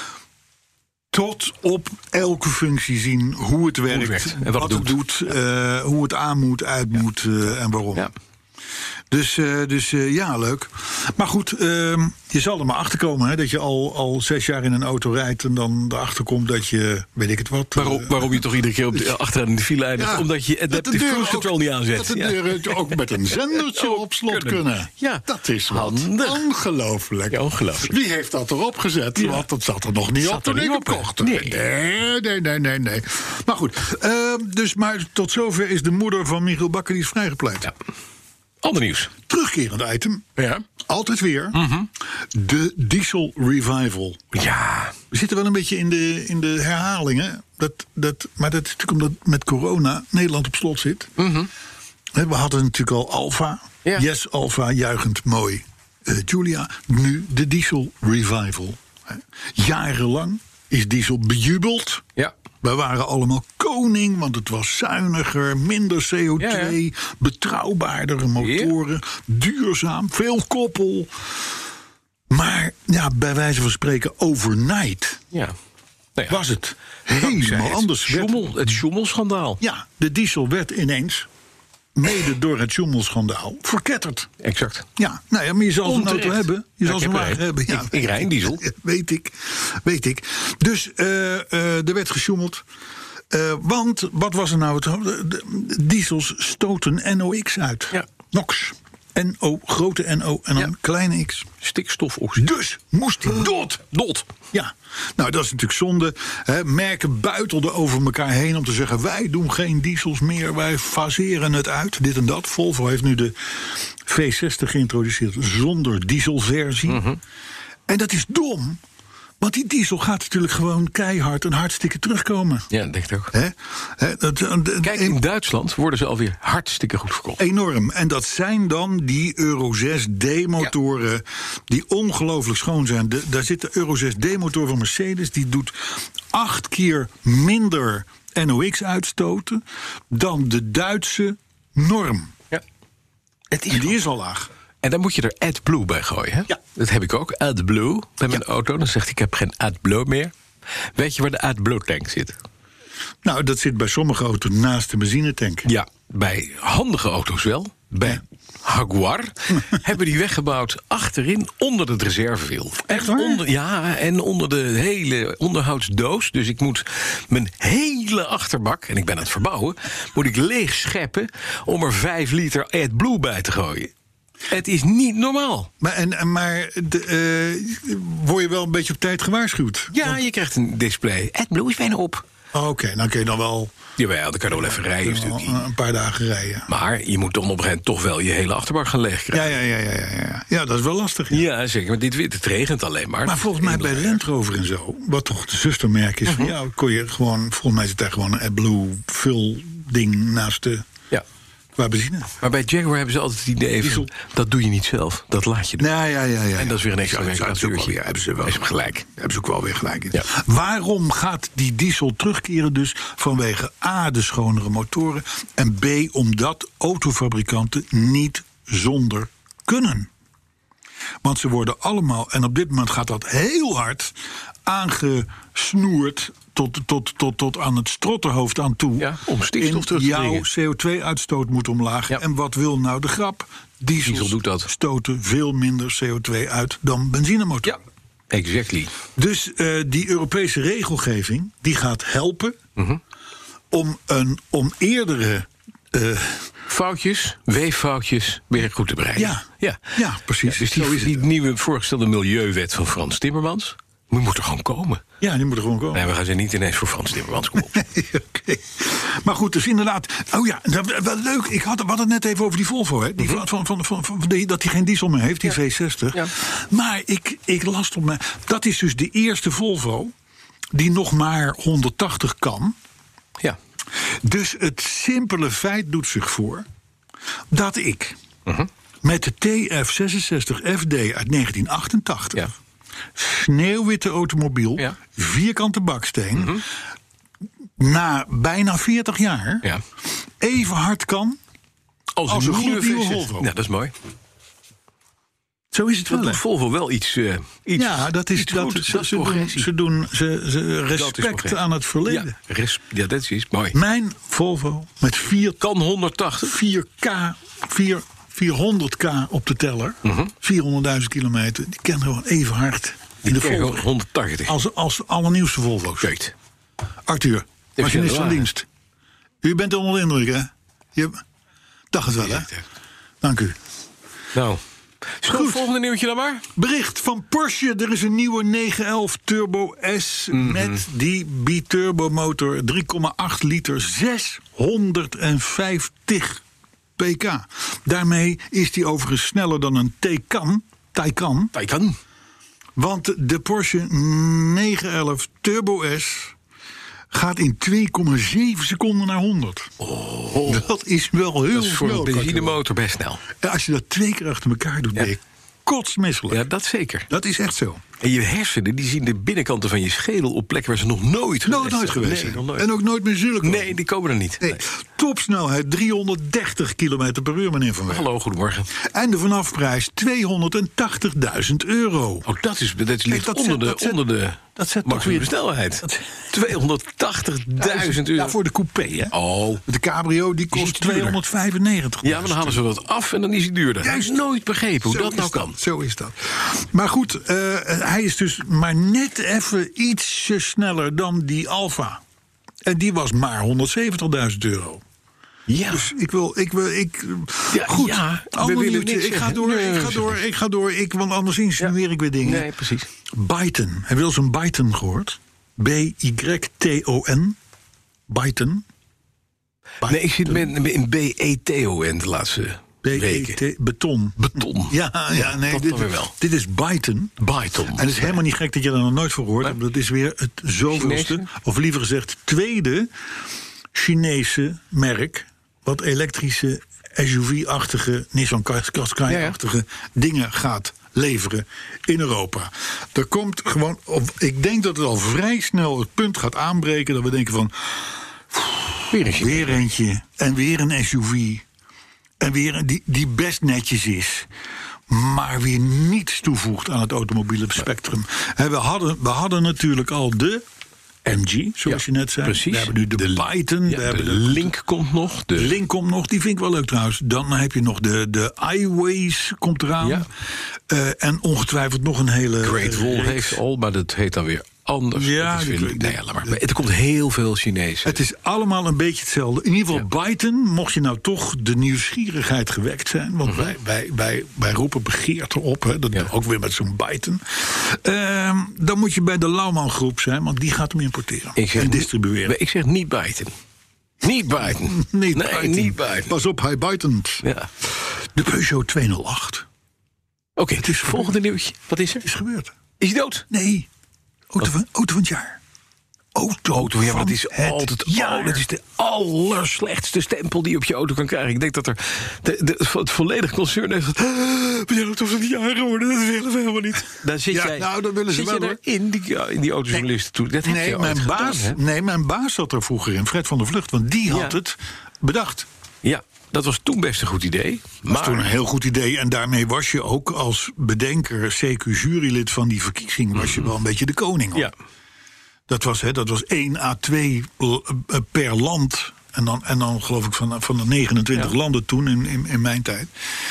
tot op elke functie zien hoe het werkt, hoe het werkt en wat, wat het het doet, doet, uh, hoe het aan moet, uit ja. moet uh, en waarom. Ja. Dus, uh, dus uh, ja, leuk. Maar goed, uh, je zal er maar achter komen, hè, dat je al, al zes jaar in een auto rijdt en dan erachter komt dat je, weet ik het wat... Waarom, uh, waarom je toch iedere keer op de, achteraan in de file eindigt? Ja, omdat je adaptive cruise control niet aanzet. Dat de deuren ja. ook met een zendertje op slot kunnen. kunnen. Ja. Dat is handig. Ongelooflijk. Ja, ongelooflijk. Wie heeft dat erop gezet? Ja. Want dat zat er nog niet zat op toen ik hem kocht. Nee. nee, nee, nee, nee, nee. Maar goed, uh, dus maar tot zover is de moeder van Michiel Bakker, die is vrijgepleit. Ja. Ander nieuws. Terugkerend item. Ja. Altijd weer. Mm-hmm. De Diesel Revival. Ja. We zitten wel een beetje in de, in de herhalingen. Dat, dat, maar dat is natuurlijk omdat met corona Nederland op slot zit. Mm-hmm. We hadden natuurlijk al Alfa. Ja. Yes, Alfa, juichend mooi. Uh, Julia, nu de Diesel Revival. Jarenlang is Diesel bejubeld. Ja. Wij waren allemaal koning, want het was zuiniger, minder C O twee... Ja, ja. betrouwbaardere motoren, ja. duurzaam, veel koppel. Maar ja, bij wijze van spreken overnight Ja. Nou ja, was het helemaal het anders. Schommel, het schommelschandaal. Ja, de diesel werd ineens, mede door het schommelschandaal, verketterd. Exact. Ja, nou ja, maar je zal zo'n Onterecht. auto hebben. Je Ja, zal ik zo'n heb er wagen een. hebben. Ja, Ik- ik rij een diesel. Weet ik, weet ik. Dus eh, eh, er werd gesjoemeld. Eh, want, wat was er nou? Het, de, de diesels stoten N O X uit. Ja. NOx. N O, grote N O en dan Ja. kleine X. Stikstofoxide. Dus moest hij dood. Dot. Ja, nou dat is natuurlijk zonde. Hè. Merken buitelden over elkaar heen om te zeggen... wij doen geen diesels meer, wij faseren het uit. Dit en dat. Volvo heeft nu de V zestig geïntroduceerd zonder dieselversie. Mm-hmm. En dat is dom. Want die diesel gaat natuurlijk gewoon keihard en hartstikke terugkomen. Ja, dat denk ik ook. Hè? Hè, dat, dat, Kijk, in Duitsland worden ze alweer hartstikke goed verkocht. Enorm. En dat zijn dan die Euro zes D-motoren... Ja. die ongelooflijk schoon zijn. De, daar zit de Euro zes D-motor van Mercedes. Die doet acht keer minder N O X uitstoten... dan de Duitse norm. Ja. Het is En die is al laag. En dan moet je er AdBlue bij gooien, hè? Ja. Dat heb ik ook, AdBlue, bij mijn Ja. auto. Dan zegt hij, ik heb geen AdBlue meer. Weet je waar de AdBlue-tank zit? Nou, dat zit bij sommige auto's naast de benzinetank. Ja, bij handige auto's wel. Bij Jaguar hebben die weggebouwd achterin onder het reservewiel. Echt waar? Onder, ja, en onder de hele onderhoudsdoos. Dus ik moet mijn hele achterbak, en ik ben aan het verbouwen... moet ik leeg scheppen om er vijf liter AdBlue bij te gooien. Het is niet normaal. Maar, en, maar de, uh, word je wel een beetje op tijd gewaarschuwd? Ja, je krijgt een display. AdBlue is bijna op. Oh, Oké, okay, dan kun je dan wel... Jawel, dan kan je nog wel even rijden. Een stukje. Een paar dagen rijden. Maar je moet dan op een gegeven moment toch wel je hele achterbak gaan leeg krijgen. Ja, ja, ja, ja, ja. Ja, dat is wel lastig. Ja, ja zeker. Maar dit, het regent alleen maar. Maar volgens mij bij Land Rover en zo, wat toch de zustermerk is, uh-huh. van jou, kon je gewoon, volgens mij zit daar gewoon een AdBlue vul ding naast de. Ja. Qua benzine. Maar bij Jaguar hebben ze altijd het idee van, dat doe je niet zelf. Dat laat je doen. Nou, ja, ja, ja. En dat is weer een extra ja, werkuurtje. Ja, hebben ze wel. Hebben ze gelijk. Hebben ze ook wel weer gelijk in. Ja. Waarom gaat die diesel terugkeren dus? Vanwege A, de schonere motoren. En B, omdat autofabrikanten niet zonder kunnen. Want ze worden allemaal, en op dit moment gaat dat heel hard, aangesnoerd tot, tot, tot, tot aan het strottenhoofd aan toe. Ja, om stikstof terug te jouw dringen. C O twee uitstoot moet omlaag. Ja. En wat wil nou de grap? Diesels Diesel doet dat. stoten veel minder C O twee uit dan benzinemotoren. Ja, exactly. Dus uh, die Europese regelgeving die gaat helpen Mm-hmm. om, een, om eerdere... Uh, Foutjes, weeffoutjes, weer goed te bereiden. Ja, ja. ja precies. Ja, dus Zo die, is die het. nieuwe voorgestelde milieuwet van Frans Timmermans, die moet er gewoon komen. Ja, die moet er gewoon komen. Nee, we gaan ze niet ineens voor Frans Timmermans komen. Okay. Maar goed, dus inderdaad. Oh ja, wel leuk. Ik had, we hadden het net even over die Volvo, hè? Die, mm-hmm. van, van, van, van, die, dat hij geen diesel meer heeft, die ja. V zestig. Ja. Maar ik, ik las op me. Dat is dus de eerste Volvo die nog maar honderdtachtig kan. Ja. Dus het simpele feit doet zich voor dat ik uh-huh. met de T F zesenzestig F D uit negentien achtentachtig... Ja. Sneeuwwitte automobiel, ja. vierkante baksteen... Mm-hmm. na bijna veertig jaar ja. even hard kan als, als een, een nieuwe, nieuwe Volvo. Ja, dat is mooi. Zo is het wel. Dat doet Volvo wel iets, uh, iets ja, dat is, iets dat, goed. ze, dat ze, doen, ze doen ze, ze respect aan het verleden. Ja, res, ja, dat is mooi. Mijn Volvo met vier kan honderdtachtig vier K, vier, vierhonderd K op de teller, uh-huh. vierhonderdduizend kilometer, die kan gewoon even hard in de Volvo. honderdtachtig Als, als de allernieuwste Volvo's. Kijk. Arthur, machinist van dienst. U bent onder de indruk, hè? Je dacht het wel, hè? Dank u. Nou. Goed, het volgende nieuwtje dan maar. Bericht van Porsche. Er is een nieuwe negen elf Turbo S mm-hmm. met die biturbo motor. drie komma acht liter, zeshonderdvijftig pk. Daarmee is die overigens sneller dan een Taycan. Taycan. Taycan. Want de Porsche negen elf Turbo S gaat in twee komma zeven seconden naar honderd. Oh, dat is wel heel dat is voor snel, een benzinemotor best snel. Ja, als je dat twee keer achter elkaar doet, ja. ben je kotsmisselijk. Ja, dat zeker. Dat is echt zo. En je hersenen die zien de binnenkante van je schedel op plekken waar ze nog nooit geweest Nooit, nooit geweest nee, zijn. nooit. En ook nooit meer zullen komen. Nee, die komen er niet. Nee. Nee. Topsnelheid driehonderddertig kilometer per uur, meneer Van Werven. Hallo, goedemorgen. En de vanafprijs tweehonderdtachtigduizend euro. Oh, dat, is, dat ligt Kijk, dat onder, zet- de, dat zet- onder de dat zet toch maximum weer- snelheid. dat- tweehonderdtachtigduizend euro. Ja, voor de coupé, hè? Oh. De cabrio die kost is duurder. tweehonderdvijfennegentig. Ja, maar dan halen ze wat af en dan is hij duurder. Juist. Ik heb nooit begrepen hoe Zo dat nou is kan. Zo is dat. Maar goed, uh, hij is dus maar net even ietsje sneller dan die Alfa. En die was maar honderdzeventigduizend euro. Ja. Dus ik wil, ik wil, ik. Ja, goed, ja, we ander willen nieuwtje. niks Ik ga zeggen. door, Nee, ik nee, ga nee, door, ik ga door. Ik, want anders insinueer ik weer dingen. Nee, precies. Byton. Heb je wel eens een Byton gehoord? B Y T O N. Byton. Nee, ik zit met, met een B E T O N de laatste B E weken. T Beton. Beton. Ja, ja, nee, dat dit, dan weer wel. dit is Byton. Byton. En het is helemaal niet gek dat je er nog nooit van gehoord hebt. Dat is weer het zoveelste, Chinese? of liever gezegd tweede Chinese merk wat elektrische S U V-achtige, Nissan Qashqai-achtige dingen gaat leveren in Europa. Er komt gewoon, of ik denk dat het al vrij snel het punt gaat aanbreken dat we denken van Weer een Chinees. weer eentje en weer een S U V en weer een die, die best netjes is, maar weer niets toevoegt aan het automobiele spectrum. He, we, hadden, we hadden natuurlijk al de M G, zoals Ja, je net zei. precies. We hebben nu de, de Byton. Ja, we hebben de de Link komt nog. De de Link komt nog, die vind ik wel leuk trouwens. Dan heb je nog de, de iWays komt eraan. Ja. Uh, en ongetwijfeld nog een hele Great Wall reeks. heeft al, maar dat heet dan weer anders. Ja, dat is die- weer, die- nee, ja, laat maar. Er komt heel veel Chinees. Het is allemaal een beetje hetzelfde. In ieder geval Byton, mocht je nou toch de nieuwsgierigheid gewekt zijn. Want wij, wij, wij, wij roepen begeerte op. Hè, dat Ja. ook weer met zo'n Byton. Uh, dan moet je bij de Lauman groep zijn. Want die gaat hem importeren Ik zeg en niet- distribueren. Ik zeg niet bijten. Niet bijten. Niet nee, Byton. niet bijten. Pas op, hij Bytend. Ja. De Peugeot tweehonderdacht. Oké, Het het is volgende nieuwtje. Wat is er? Is gebeurd. Is hij dood? Nee. Auto van, auto van het jaar. Auto, Auto, ja, maar van dat is het altijd jaar. oh, dat is de allerslechtste stempel die je op je auto kan krijgen. Ik denk dat er de, de, het volledige concern heeft gezegd, "Ah, ben je auto van het jaar geworden? Dat willen we helemaal niet." Daar zit Ja, jij, nou, dat willen ze zit wel, je hoor. in die, in die autojournalisten toe. Dat heb Nee, je mijn ooit baas, gedaan, hè? nee, mijn baas zat er vroeger in, Fred van der Vlucht. Want die had Ja. het bedacht. Ja, dat was toen best een goed idee. Dat was Maar toen een heel goed idee. En daarmee was je ook als bedenker, C Q-jurylid van die verkiezing, was je wel een beetje de koning. Hoor. ja, Dat was, hè, dat was één à twee per land. En dan, en dan geloof ik van, van de negenentwintig Ja. landen toen, in, in, in mijn tijd.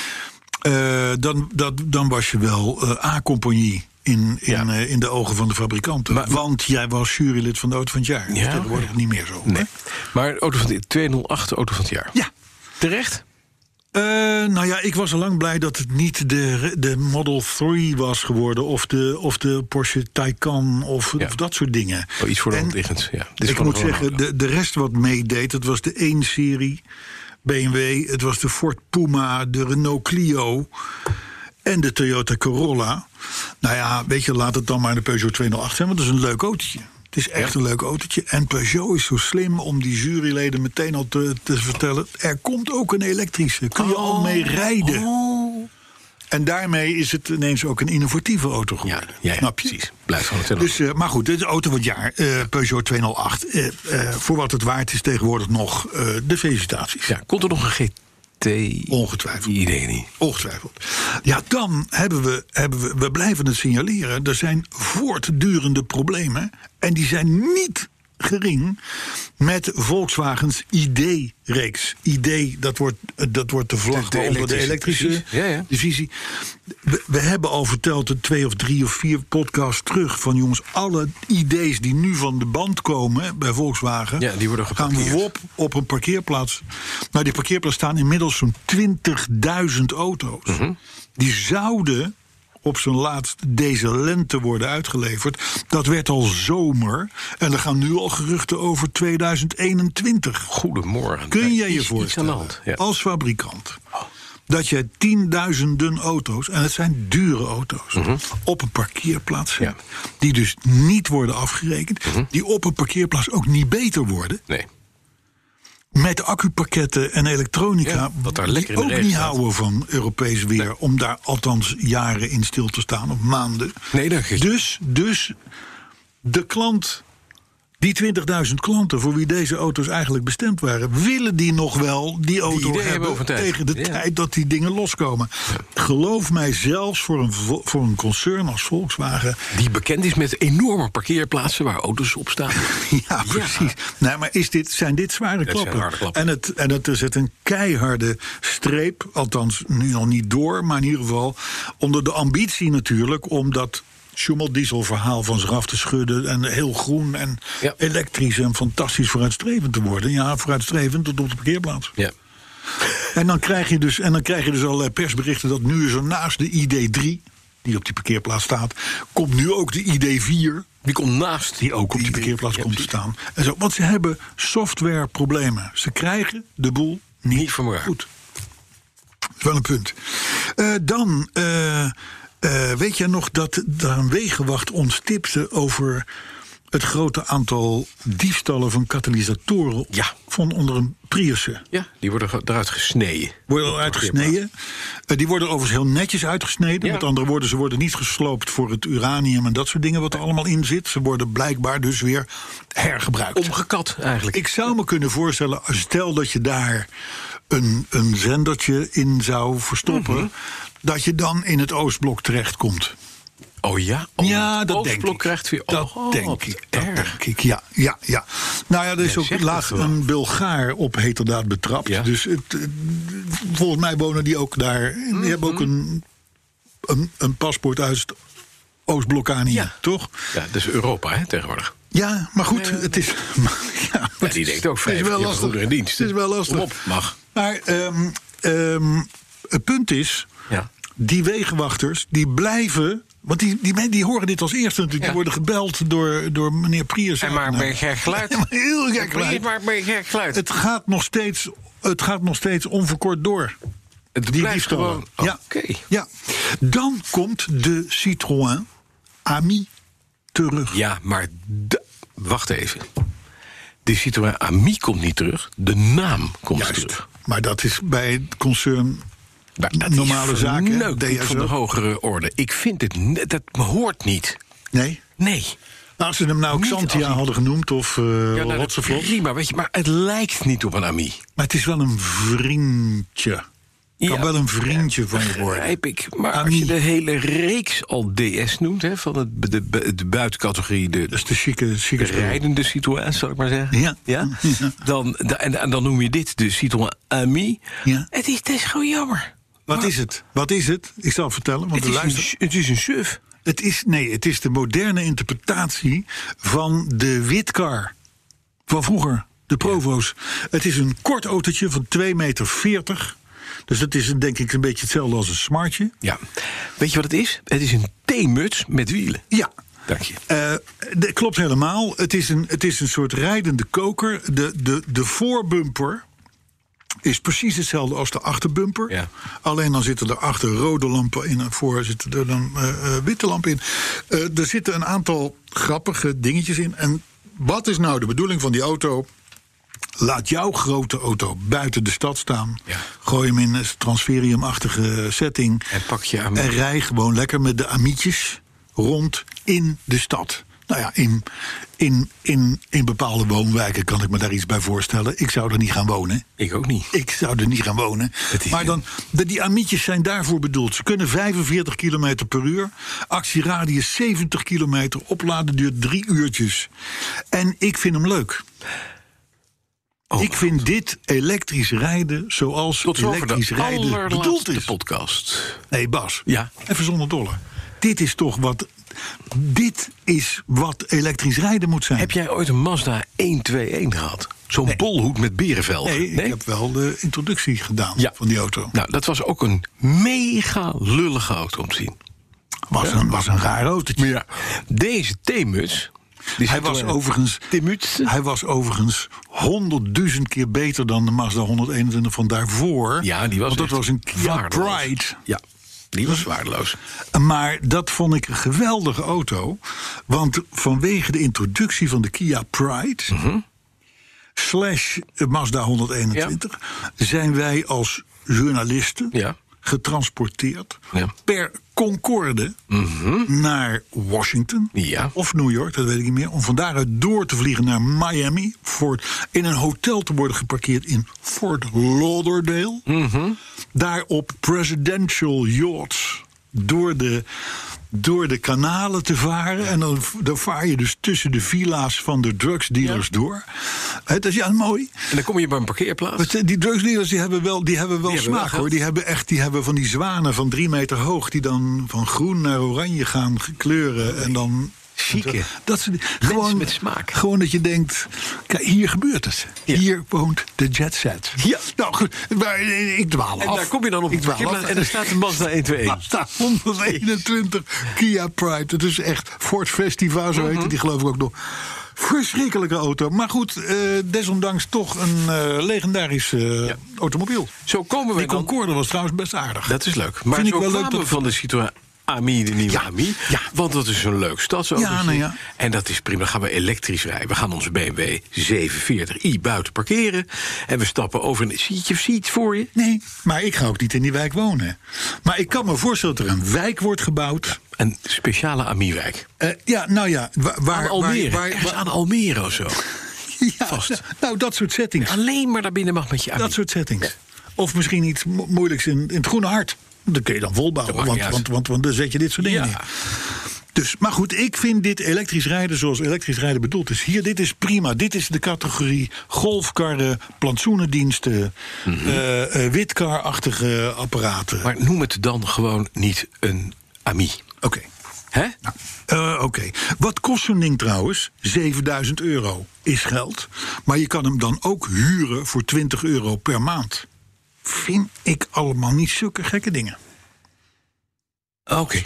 Uh, dan, dat, dan was je wel uh, A-compagnie in, in, Ja. uh, in de ogen van de fabrikanten. Maar- Want jij was jurylid van de Auto van het Jaar. Ja, Dus dat wordt ja. het niet meer zo. nee. hè? Maar auto van het tweehonderdacht auto van het jaar. Ja. Terecht? Uh, nou ja, ik was al lang blij dat het niet de, de Model drie was geworden. Of de, of de Porsche Taycan of, Ja. of dat soort dingen. Oh, iets voor de En hand liggend. Ja. Dit is Ik gewoon moet een zeggen, auto. de, de rest wat meedeed, het was de één-serie B M W, het was de Ford Puma, de Renault Clio en de Toyota Corolla. Nou ja, weet je, laat het dan maar de Peugeot tweehonderdacht zijn, want dat is een leuk autootje. Het is echt Ja. een leuk autootje. En Peugeot is zo slim om die juryleden meteen al te, te vertellen, er komt ook een elektrische, kun je al mee rijden. Oh. En daarmee is het ineens ook een innovatieve auto Ja, geworden. ja, ja, Snap je? precies. Blijft gewoon het Dus, uh, maar goed, dit is de auto van het jaar. Uh, Peugeot tweehonderdacht. Uh, uh, voor wat het waard is tegenwoordig nog, uh, de felicitaties. Ja, komt er nog een G T? Ongetwijfeld. Die denk ik niet. Ongetwijfeld. Ja, dan hebben we, hebben we, we blijven het signaleren. Er zijn voortdurende problemen. En die zijn niet gering met Volkswagens I D-reeks. I D, dat wordt, dat wordt de vlag De- de onder de elektrische, elektrische precies. Ja, ja. divisie. We, we hebben al verteld, een twee of drie of vier podcasts terug, van jongens, alle I D's die nu van de band komen bij Volkswagen, Ja, die worden gaan geparkeerd. wop op een parkeerplaats. Nou, die parkeerplaats staan inmiddels zo'n twintigduizend auto's. Mhm. Die zouden op zijn laatst deze lente worden uitgeleverd. Dat werd al zomer. En er gaan nu al geruchten over tweeduizend eenentwintig. Goedemorgen. Kun Er je is je iets aan de voorstellen, hand. Ja. als fabrikant, dat je tienduizenden auto's, en het zijn dure auto's, op een parkeerplaats zet, Mhm. Ja. Mhm. die dus niet worden afgerekend, die op een parkeerplaats ook niet beter worden. Nee. met accupakketten en elektronica, Ja, wat daar lekker in de die ook regen niet staat. houden van Europees weer, Nee. om daar althans jaren in stil te staan, of maanden. Nee, dat is... Dus, dus de klant, die twintigduizend klanten voor wie deze auto's eigenlijk bestemd waren, willen die nog wel die auto idee hebben hebben over tijd. tegen de Ja. tijd dat die dingen loskomen. Geloof mij, zelfs voor een, vo- voor een concern als Volkswagen. Die bekend is met enorme parkeerplaatsen waar auto's op staan. Ja, precies. Nee, maar is dit, zijn dit zware Dat zijn klappen? harde klappen. En, het, en het, er zit een keiharde streep, althans nu nog niet door, maar in ieder geval onder de ambitie natuurlijk om dat Schumel-diesel-verhaal van zich af te schudden en heel groen en Ja. elektrisch en fantastisch vooruitstrevend te worden. Ja, vooruitstrevend tot op de parkeerplaats. Ja. En dan krijg je dus, en dan krijg je dus allerlei persberichten dat nu zo naast de I D drie, die op die parkeerplaats staat, komt nu ook de I D vier. Die komt naast. Die ook op die parkeerplaats komt te staan. En zo, want ze hebben softwareproblemen. Ze krijgen de boel niet, Niet voor elkaar. goed. Dat is wel een punt. Uh, dan, uh, uh, weet jij nog dat er een wegenwacht ons tipte over het grote aantal diefstallen van katalysatoren Ja. van onder een Priussen? Ja, die worden ge- eruit gesneden. Worden eruit gesneden. Uh, die worden overigens heel netjes uitgesneden. Ja. Met andere woorden, ze worden niet gesloopt voor het uranium en dat soort dingen wat er allemaal in zit. Ze worden blijkbaar dus weer hergebruikt. Omgekat eigenlijk. Ik zou me kunnen voorstellen, stel dat je daar een, een zendertje in zou verstoppen, Mhm. dat je dan in het Oostblok terechtkomt. Oh ja? Oh, Ja, het dat denk Oostblok ik. krijgt weer... Dat oh, denk wat ik. Dat erg. denk ik. Ja, ja, ja. Nou ja, er is Jij ook zegt het laatst gewoon. een Bulgaar op heterdaad betrapt. Ja. Dus het, eh, volgens mij wonen die ook daar. Mhm. Die hebben ook een, een, een paspoort uit het Oostblokanië, Ja. toch? Ja, dat is Europa, hè, tegenwoordig. Ja, maar goed, het is. Ja, Ja, het die is- denkt ook het is vijftig wel jaar lastig. goederen in dienst. Het is wel lastig. Kom op, mag. Maar ehm, ehm, het punt is, Ja. die wegenwachters, die blijven. Want die, die, men- die horen dit als eerste natuurlijk. Ja. Die worden gebeld door, door meneer Prius. En maar bij gek geluid. Ja, maar heel gek geluid. Maar bij gek geluid. Het gaat nog steeds, het gaat nog steeds onverkort door. Het Die blijft diefstallen. gewoon... Ja. Oké. Ja. Dan komt de Citroën Ami terug. Ja, maar... de- wacht even. De Citroën Ami komt niet terug. De naam komt Juist. terug. Maar dat is bij het concern Maar dat normale is zaken. verneukt D S O. van de hogere orde. Ik vind het... net- dat hoort niet. Nee. Nee. Nou, als ze hem nou Niet Xantia als hij- hadden genoemd of uh, Ja, nou, dat Rotseflot. prima, weet je, maar het lijkt niet op een Ami. Maar het is wel een vriendje. Kan Ja, wel een vriendje van je worden. Begrijp ik. Maar Ami. als je de hele reeks al D S noemt, hè, van het, de, de, de buitencategorie, de, Dat is de chique, de chique spul. rijdende Citroën, zal ik maar zeggen. Ja. Ja? Ja. Dan, da- en, en dan noem je dit de Citroën Ami. Ja. Het, is, het is gewoon jammer. Wat is het? Wat is het? Ik zal het vertellen. Want Het de is, een, luister... s- het is een suf. het is, nee, het is de moderne interpretatie van de Witcar. Van vroeger, de Provo's. Het is een kort autootje van twee meter veertig. Dus dat is een, denk ik een beetje hetzelfde als een smartje. Ja. Weet je wat het is? Het is een theemuts met wielen. Ja. Dank je. Eh, dat klopt helemaal. Het is een, het is een soort rijdende koker. De, de, de voorbumper is precies hetzelfde als de achterbumper. Ja. Alleen dan zitten er achter rode lampen in en voor zitten er dan uh, uh, witte lampen in. Uh, er zitten een aantal grappige dingetjes in. En wat is nou de bedoeling van die auto? Laat jouw grote auto buiten de stad staan. Ja. Gooi hem in een transferiumachtige setting. En pak je Ami. En rij gewoon lekker met de amietjes rond in de stad. Nou ja, in, in, in, in bepaalde woonwijken kan ik me daar iets bij voorstellen. Ik zou er niet gaan wonen. Ik ook niet. Ik zou er niet gaan wonen. Het is- Maar dan, de, die amietjes zijn daarvoor bedoeld. Ze kunnen vijfenveertig kilometer per uur. Actieradius zeventig kilometer. Opladen duurt drie uurtjes. En ik vind hem leuk. Oh, ik vind dit elektrisch rijden zoals tot zover elektrisch de rijden bedoeld allerlaatste is. podcast. Nee, Bas. Ja. Even zonder dolle. Dit is toch wat... Dit is wat elektrisch rijden moet zijn. Heb jij ooit een Mazda honderdeenentwintig gehad? Zo'n Nee. bolhoed met berenvelgen? Nee, ik heb wel de introductie gedaan Ja. van die auto. Nou, dat was ook een mega lullige auto om te zien. Was een, was een raar autootje. Maar ja, deze T-muts... die Hij zit was er- overigens... T-muts? Hij was overigens honderdduizend keer beter dan de Mazda honderdeenentwintig van daarvoor. Ja, die was Want dat echt was een Kia waardeloos. Pride. Ja, die was waardeloos. Maar dat vond ik een geweldige auto. Want vanwege de introductie van de Kia Pride... Mhm. slash Mazda honderdeenentwintig... Ja. zijn wij als journalisten ja. getransporteerd... Ja. per Concorde mm-hmm. naar Washington ja. of New York, dat weet ik niet meer... om van daaruit door te vliegen naar Miami... voor in een hotel te worden geparkeerd in Fort Lauderdale. Mm-hmm. Daar op presidential yachts door de... door de kanalen te varen. En dan, dan vaar je dus tussen de villa's van de drugsdealers ja. door. Het is ja mooi. En dan kom je bij een parkeerplaats. Die drugsdealers die hebben wel, die hebben wel die smaak hebben wel hoor. Die hebben echt die hebben van die zwanen van drie meter hoog... die dan van groen naar oranje gaan kleuren. Nee. En dan... Chique. Dat ze, gewoon, met smaak. Gewoon dat je denkt, kijk, hier gebeurt het. Ja. Hier woont de jet set. Ja. Nou goed, maar ik dwaal af. En daar kom je dan op een en daar staat de Mazda honderdeenentwintig. Daar staat honderdeenentwintig Kia Pride. Het is echt Ford Festiva, zo heet het. Die geloof ik ook nog. Verschrikkelijke auto. Maar goed, uh, desondanks toch een uh, legendarisch uh, ja. automobiel. Zo komen we Die dan... Concorde was trouwens best aardig. Dat is leuk. Maar Vind zo ik wel kwamen leuk we dat... van de Citroën Ami, de nieuwe ja, Ami. Ja. Want dat is een leuk stadsauto. Ja, nou ja. En dat is prima. Dan gaan we elektrisch rijden. We gaan onze B M W zevenhonderdveertig i buiten parkeren. En we stappen over een... Zie je, zie je het voor je? Nee, maar ik ga ook niet in die wijk wonen. Maar ik kan me voorstellen dat er een wijk wordt gebouwd. Ja, een speciale Ami-wijk. Uh, ja, nou ja. Waar, aan Almere. Waar, waar, waar, aan Almere of zo. Ja, vast. Nou, dat soort settings. Alleen maar daar binnen mag met je Ami. Dat soort settings. Ja. Of misschien iets mo- moeilijks in, in het Groene Hart. Dat kun je dan volbouwen, want, want, want, want, want dan zet je dit soort dingen ja. neer. Dus, maar goed, ik vind dit elektrisch rijden zoals elektrisch rijden bedoeld is. Hier, dit is prima. Dit is de categorie golfkarren, plantsoenendiensten, mm-hmm. uh, uh, witcar-achtige apparaten. Maar noem het dan gewoon niet een Ami. Oké. Okay. Hè? Nou, uh, Oké. Okay. Wat kost zo'n ding trouwens? zevenduizend euro is geld. Maar je kan hem dan ook huren voor twintig euro per maand. Vind ik allemaal niet zulke gekke dingen. Oké. Okay.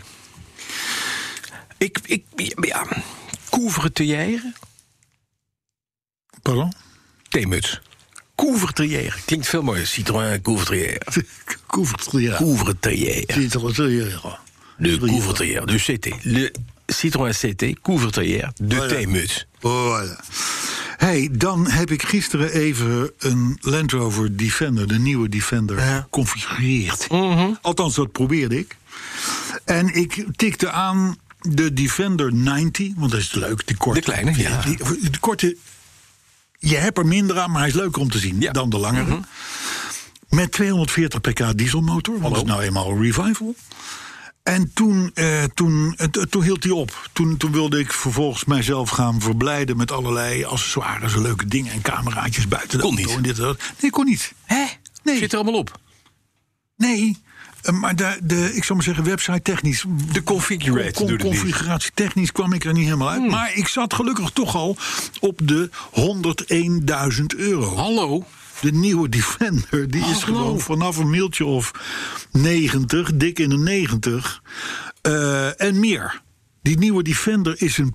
Ik, ik, ja, couvre-te-jere? Pardon? Theemuts. Couvre-te-jere. Klinkt veel mooier. Citroën couvre-te-jere. Couvre-te-jere. Couvre-te-jere. Citroën. De couvre-te-jere. De C T. Le Citroën C T, couvre-te-jere. De voilà. Theemuts. Voilà. Hey, dan heb ik gisteren even een Land Rover Defender, de nieuwe Defender, ja. geconfigureerd. Mm-hmm. Althans, dat probeerde ik. En ik tikte aan de Defender negentig, want dat is leuk, die korte. De kleine, ja. Die, de korte, je hebt er minder aan, maar hij is leuker om te zien ja. dan de langere. Mm-hmm. Met tweehonderdveertig pk dieselmotor, want dat is nou eenmaal een revival. En toen, eh, toen, uh, toen hield hij op. Toen, toen wilde ik vervolgens mijzelf gaan verblijden met allerlei accessoires, leuke dingen en cameraatjes buiten de kon auto. Niet. En dit en dat. Nee, kon niet. Hè? Nee. Zit er allemaal op? Nee. Uh, maar de, de, ik zou maar zeggen, website technisch. De configuratie. Con, con, configuratie technisch kwam ik er niet helemaal uit. Hmm. Maar ik zat gelukkig toch al op de honderdeenduizend euro. Hallo? De nieuwe Defender, die Hallo. is gewoon vanaf een mailtje of negentig, dik in de negentig. Uh, en meer. Die nieuwe Defender is een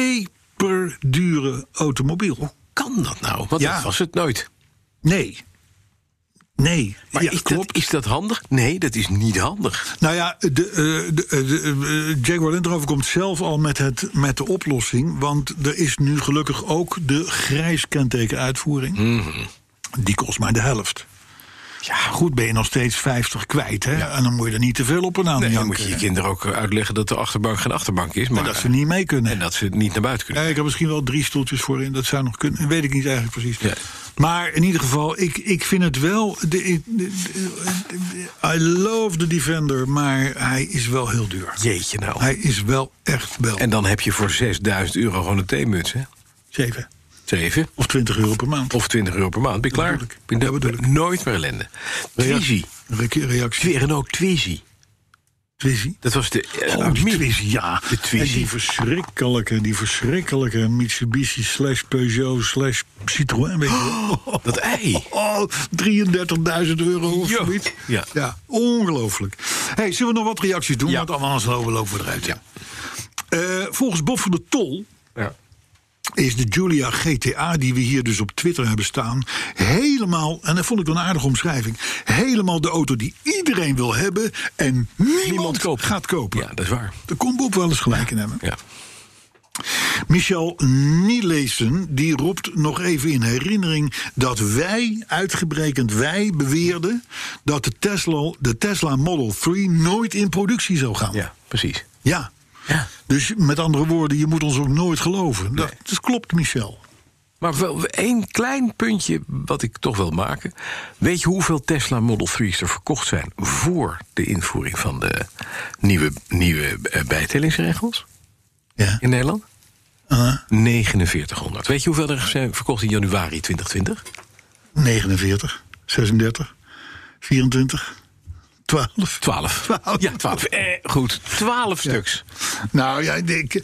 peperdure automobiel. Hoe kan dat nou? Want ja. dat was het nooit. Nee. Nee. Maar ja, is, klopt. dat, is dat handig? Nee, dat is niet handig. Nou ja, de, uh, de, de uh, Jaguar Land Rover komt zelf al met, het, met de oplossing. Want er is nu gelukkig ook de grijs kentekenuitvoering. Mm-hmm. Die kost maar de helft. Ja, goed, ben je nog steeds vijftig kwijt, hè? Ja. En dan moet je er niet te veel op en aan nee, janken. Dan moet je je kinderen ook uitleggen dat de achterbank geen achterbank is. Maar en dat ze niet mee kunnen. En dat ze niet naar buiten kunnen. Ja, ik heb misschien wel drie stoeltjes voorin, dat zou nog kunnen. Weet ik niet eigenlijk precies. Ja. Maar in ieder geval, ik, ik vind het wel... De, de, de, de, I love the Defender, maar hij is wel heel duur. Jeetje nou. Hij is wel echt wel. En dan heb je voor zesduizend euro gewoon een theemuts, hè? Zeven. Zeven. Of twintig euro per maand. Of twintig euro per maand. Ben je klaar? Ik. Ben ja, bedoel ik. Nooit meer ellende. Twizy. Reactie. Renault Twizy. Twizy? Dat was de... Uh, oh, de Twizy, ja. De Twizy. En die verschrikkelijke, die verschrikkelijke Mitsubishi slash Peugeot slash Citroën. Weet je oh, dat ei. Oh, drieëndertigduizend euro of zoiets. Ja. Ja, ongelooflijk. Hey, zullen we nog wat reacties doen? Ja. Want anders lopen we eruit. Ja. Uh, volgens Bob van der Tol... Ja. is de Giulia G T A, die we hier dus op Twitter hebben staan, helemaal, en dat vond ik wel een aardige omschrijving, helemaal de auto die iedereen wil hebben en niemand, niemand koopt. gaat kopen. Ja, dat is waar. Daar kon Bob wel eens gelijk in hebben. Ja. Michel Nielsen die roept nog even in herinnering dat wij, uitgebrekend wij, beweerden dat de Tesla, de Tesla Model drie nooit in productie zou gaan. Ja, precies. Ja. ja. Dus met andere woorden, je moet ons ook nooit geloven. Nee. Dat, dat klopt, Michel. Maar wel één klein puntje wat ik toch wil maken. Weet je hoeveel Tesla Model drie's er verkocht zijn voor de invoering van de nieuwe, nieuwe bijtellingsregels? Ja. In Nederland? Uh-huh. negenenveertighonderd. Weet je hoeveel er zijn verkocht in januari twintig twintig? negenenveertig, zesendertig, vierentwintig, twaalf. twaalf. twaalf. Ja, twaalf. Eh, goed, twaalf ja. stuks. Nou ja, ik,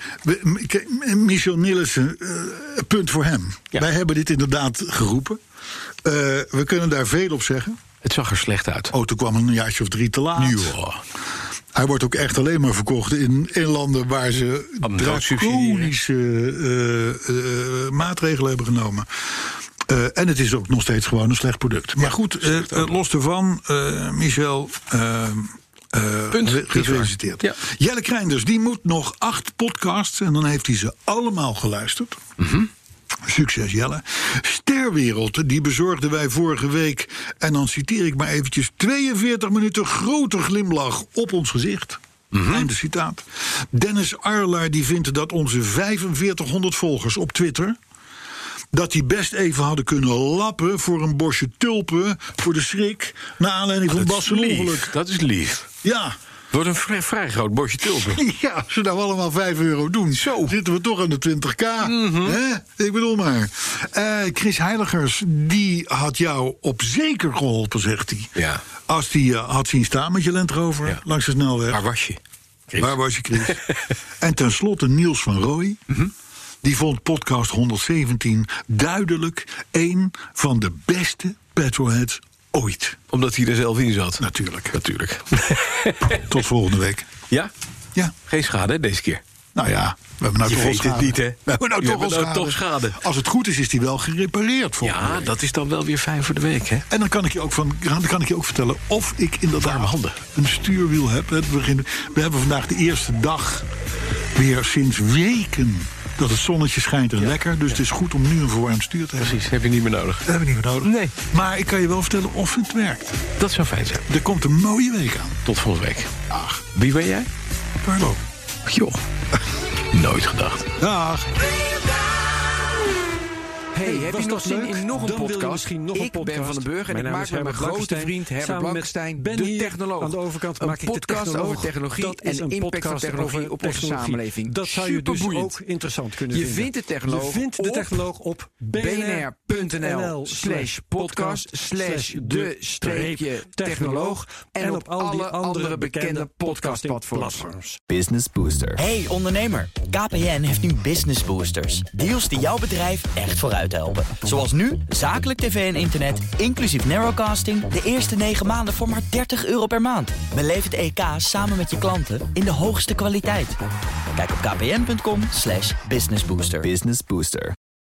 Michel Nielsen, uh, punt voor hem. Ja. Wij hebben dit inderdaad geroepen. Uh, we kunnen daar veel op zeggen. Het zag er slecht uit. Oh, toen kwam een jaartje of drie te laat. Ja. Hij wordt ook echt alleen maar verkocht in, in landen waar ze draconische uh, uh, maatregelen hebben genomen. Uh, en het is ook nog steeds gewoon een slecht product. Maar goed, uh, uh, los daarvan, uh, Michel, uh, uh, Punt. gefeliciteerd. Ja. Jelle Kreinders, die moet nog acht podcasts en dan heeft hij ze allemaal geluisterd. Mm-hmm. Succes, Jelle. Sterwereld, die bezorgden wij vorige week. En dan citeer ik maar eventjes: tweeënveertig minuten grote glimlach op ons gezicht. Mm-hmm. Einde citaat. Dennis Arlaar die vindt dat onze vijfenveertighonderd volgers op Twitter, dat die best even hadden kunnen lappen voor een bosje tulpen voor de schrik, naar aanleiding oh, van Bas' ongeluk. Dat is lief. Ja. Wordt een vrij, vrij groot bosje tulpen. Ja, als ze nou allemaal vijf euro doen, zo zitten we toch aan de twintig k. Mm-hmm. Hè? Ik bedoel maar. Uh, Chris Heiligers, die had jou op zeker geholpen, zegt hij. Ja. Als hij uh, had zien staan met je Land Rover ja. langs de snelweg. Waar was je, Chris? Waar was je, Chris? En tenslotte Niels van Rooij. Mm-hmm. Die vond podcast honderdzeventien duidelijk een van de beste petrolheads ooit. Omdat hij er zelf in zat? Natuurlijk. Natuurlijk. Tot volgende week. Ja? Ja. Geen schade deze keer? Nou ja, we hebben nou je toch al schade. Het niet, hè? We hebben nou, je toch, al nou schade. toch schade. Als het goed is, is die wel gerepareerd. Ja, week. Dat is dan wel weer fijn voor de week, hè? En dan kan ik je ook, van, dan kan ik je ook vertellen of ik inderdaad handen. een stuurwiel heb. We hebben vandaag de eerste dag weer sinds weken dat het zonnetje schijnt en ja. lekker. Dus het is goed om nu een verwarmd stuur te hebben. Precies, heb je niet meer nodig. Dat heb je niet meer nodig. Nee. Maar ik kan je wel vertellen of het werkt. Dat zou fijn zijn. Er komt een mooie week aan. Tot volgende week. Dag. Wie ben jij? Carlo. Joh. Nooit gedacht. Dag. Hey, hey, heb je nog zin in nog een Dan podcast? Nog een ik podcast. ben Van den Burg en mijn ik maak met mijn grote vriend Herbert Blankenstein de technoloog. Aan de overkant een maak ik podcast de technoloog. over technologie dat en is een impact van technologie op onze samenleving. Dat zou je dus ook interessant kunnen je vinden. Vindt de technoloog je vindt de technoloog op b n r punt n l slash podcast slash de streepje technoloog en op al die andere bekende podcastplatforms. Business Booster. Hey ondernemer, K P N heeft nu Business Boosters. Deals die jouw bedrijf echt vooruit helpen. Zoals nu, zakelijk tv en internet, inclusief narrowcasting, de eerste negen maanden voor maar dertig euro per maand. Beleef het E K samen met je klanten in de hoogste kwaliteit. Kijk op kpn punt com slash businessbooster. Business Booster.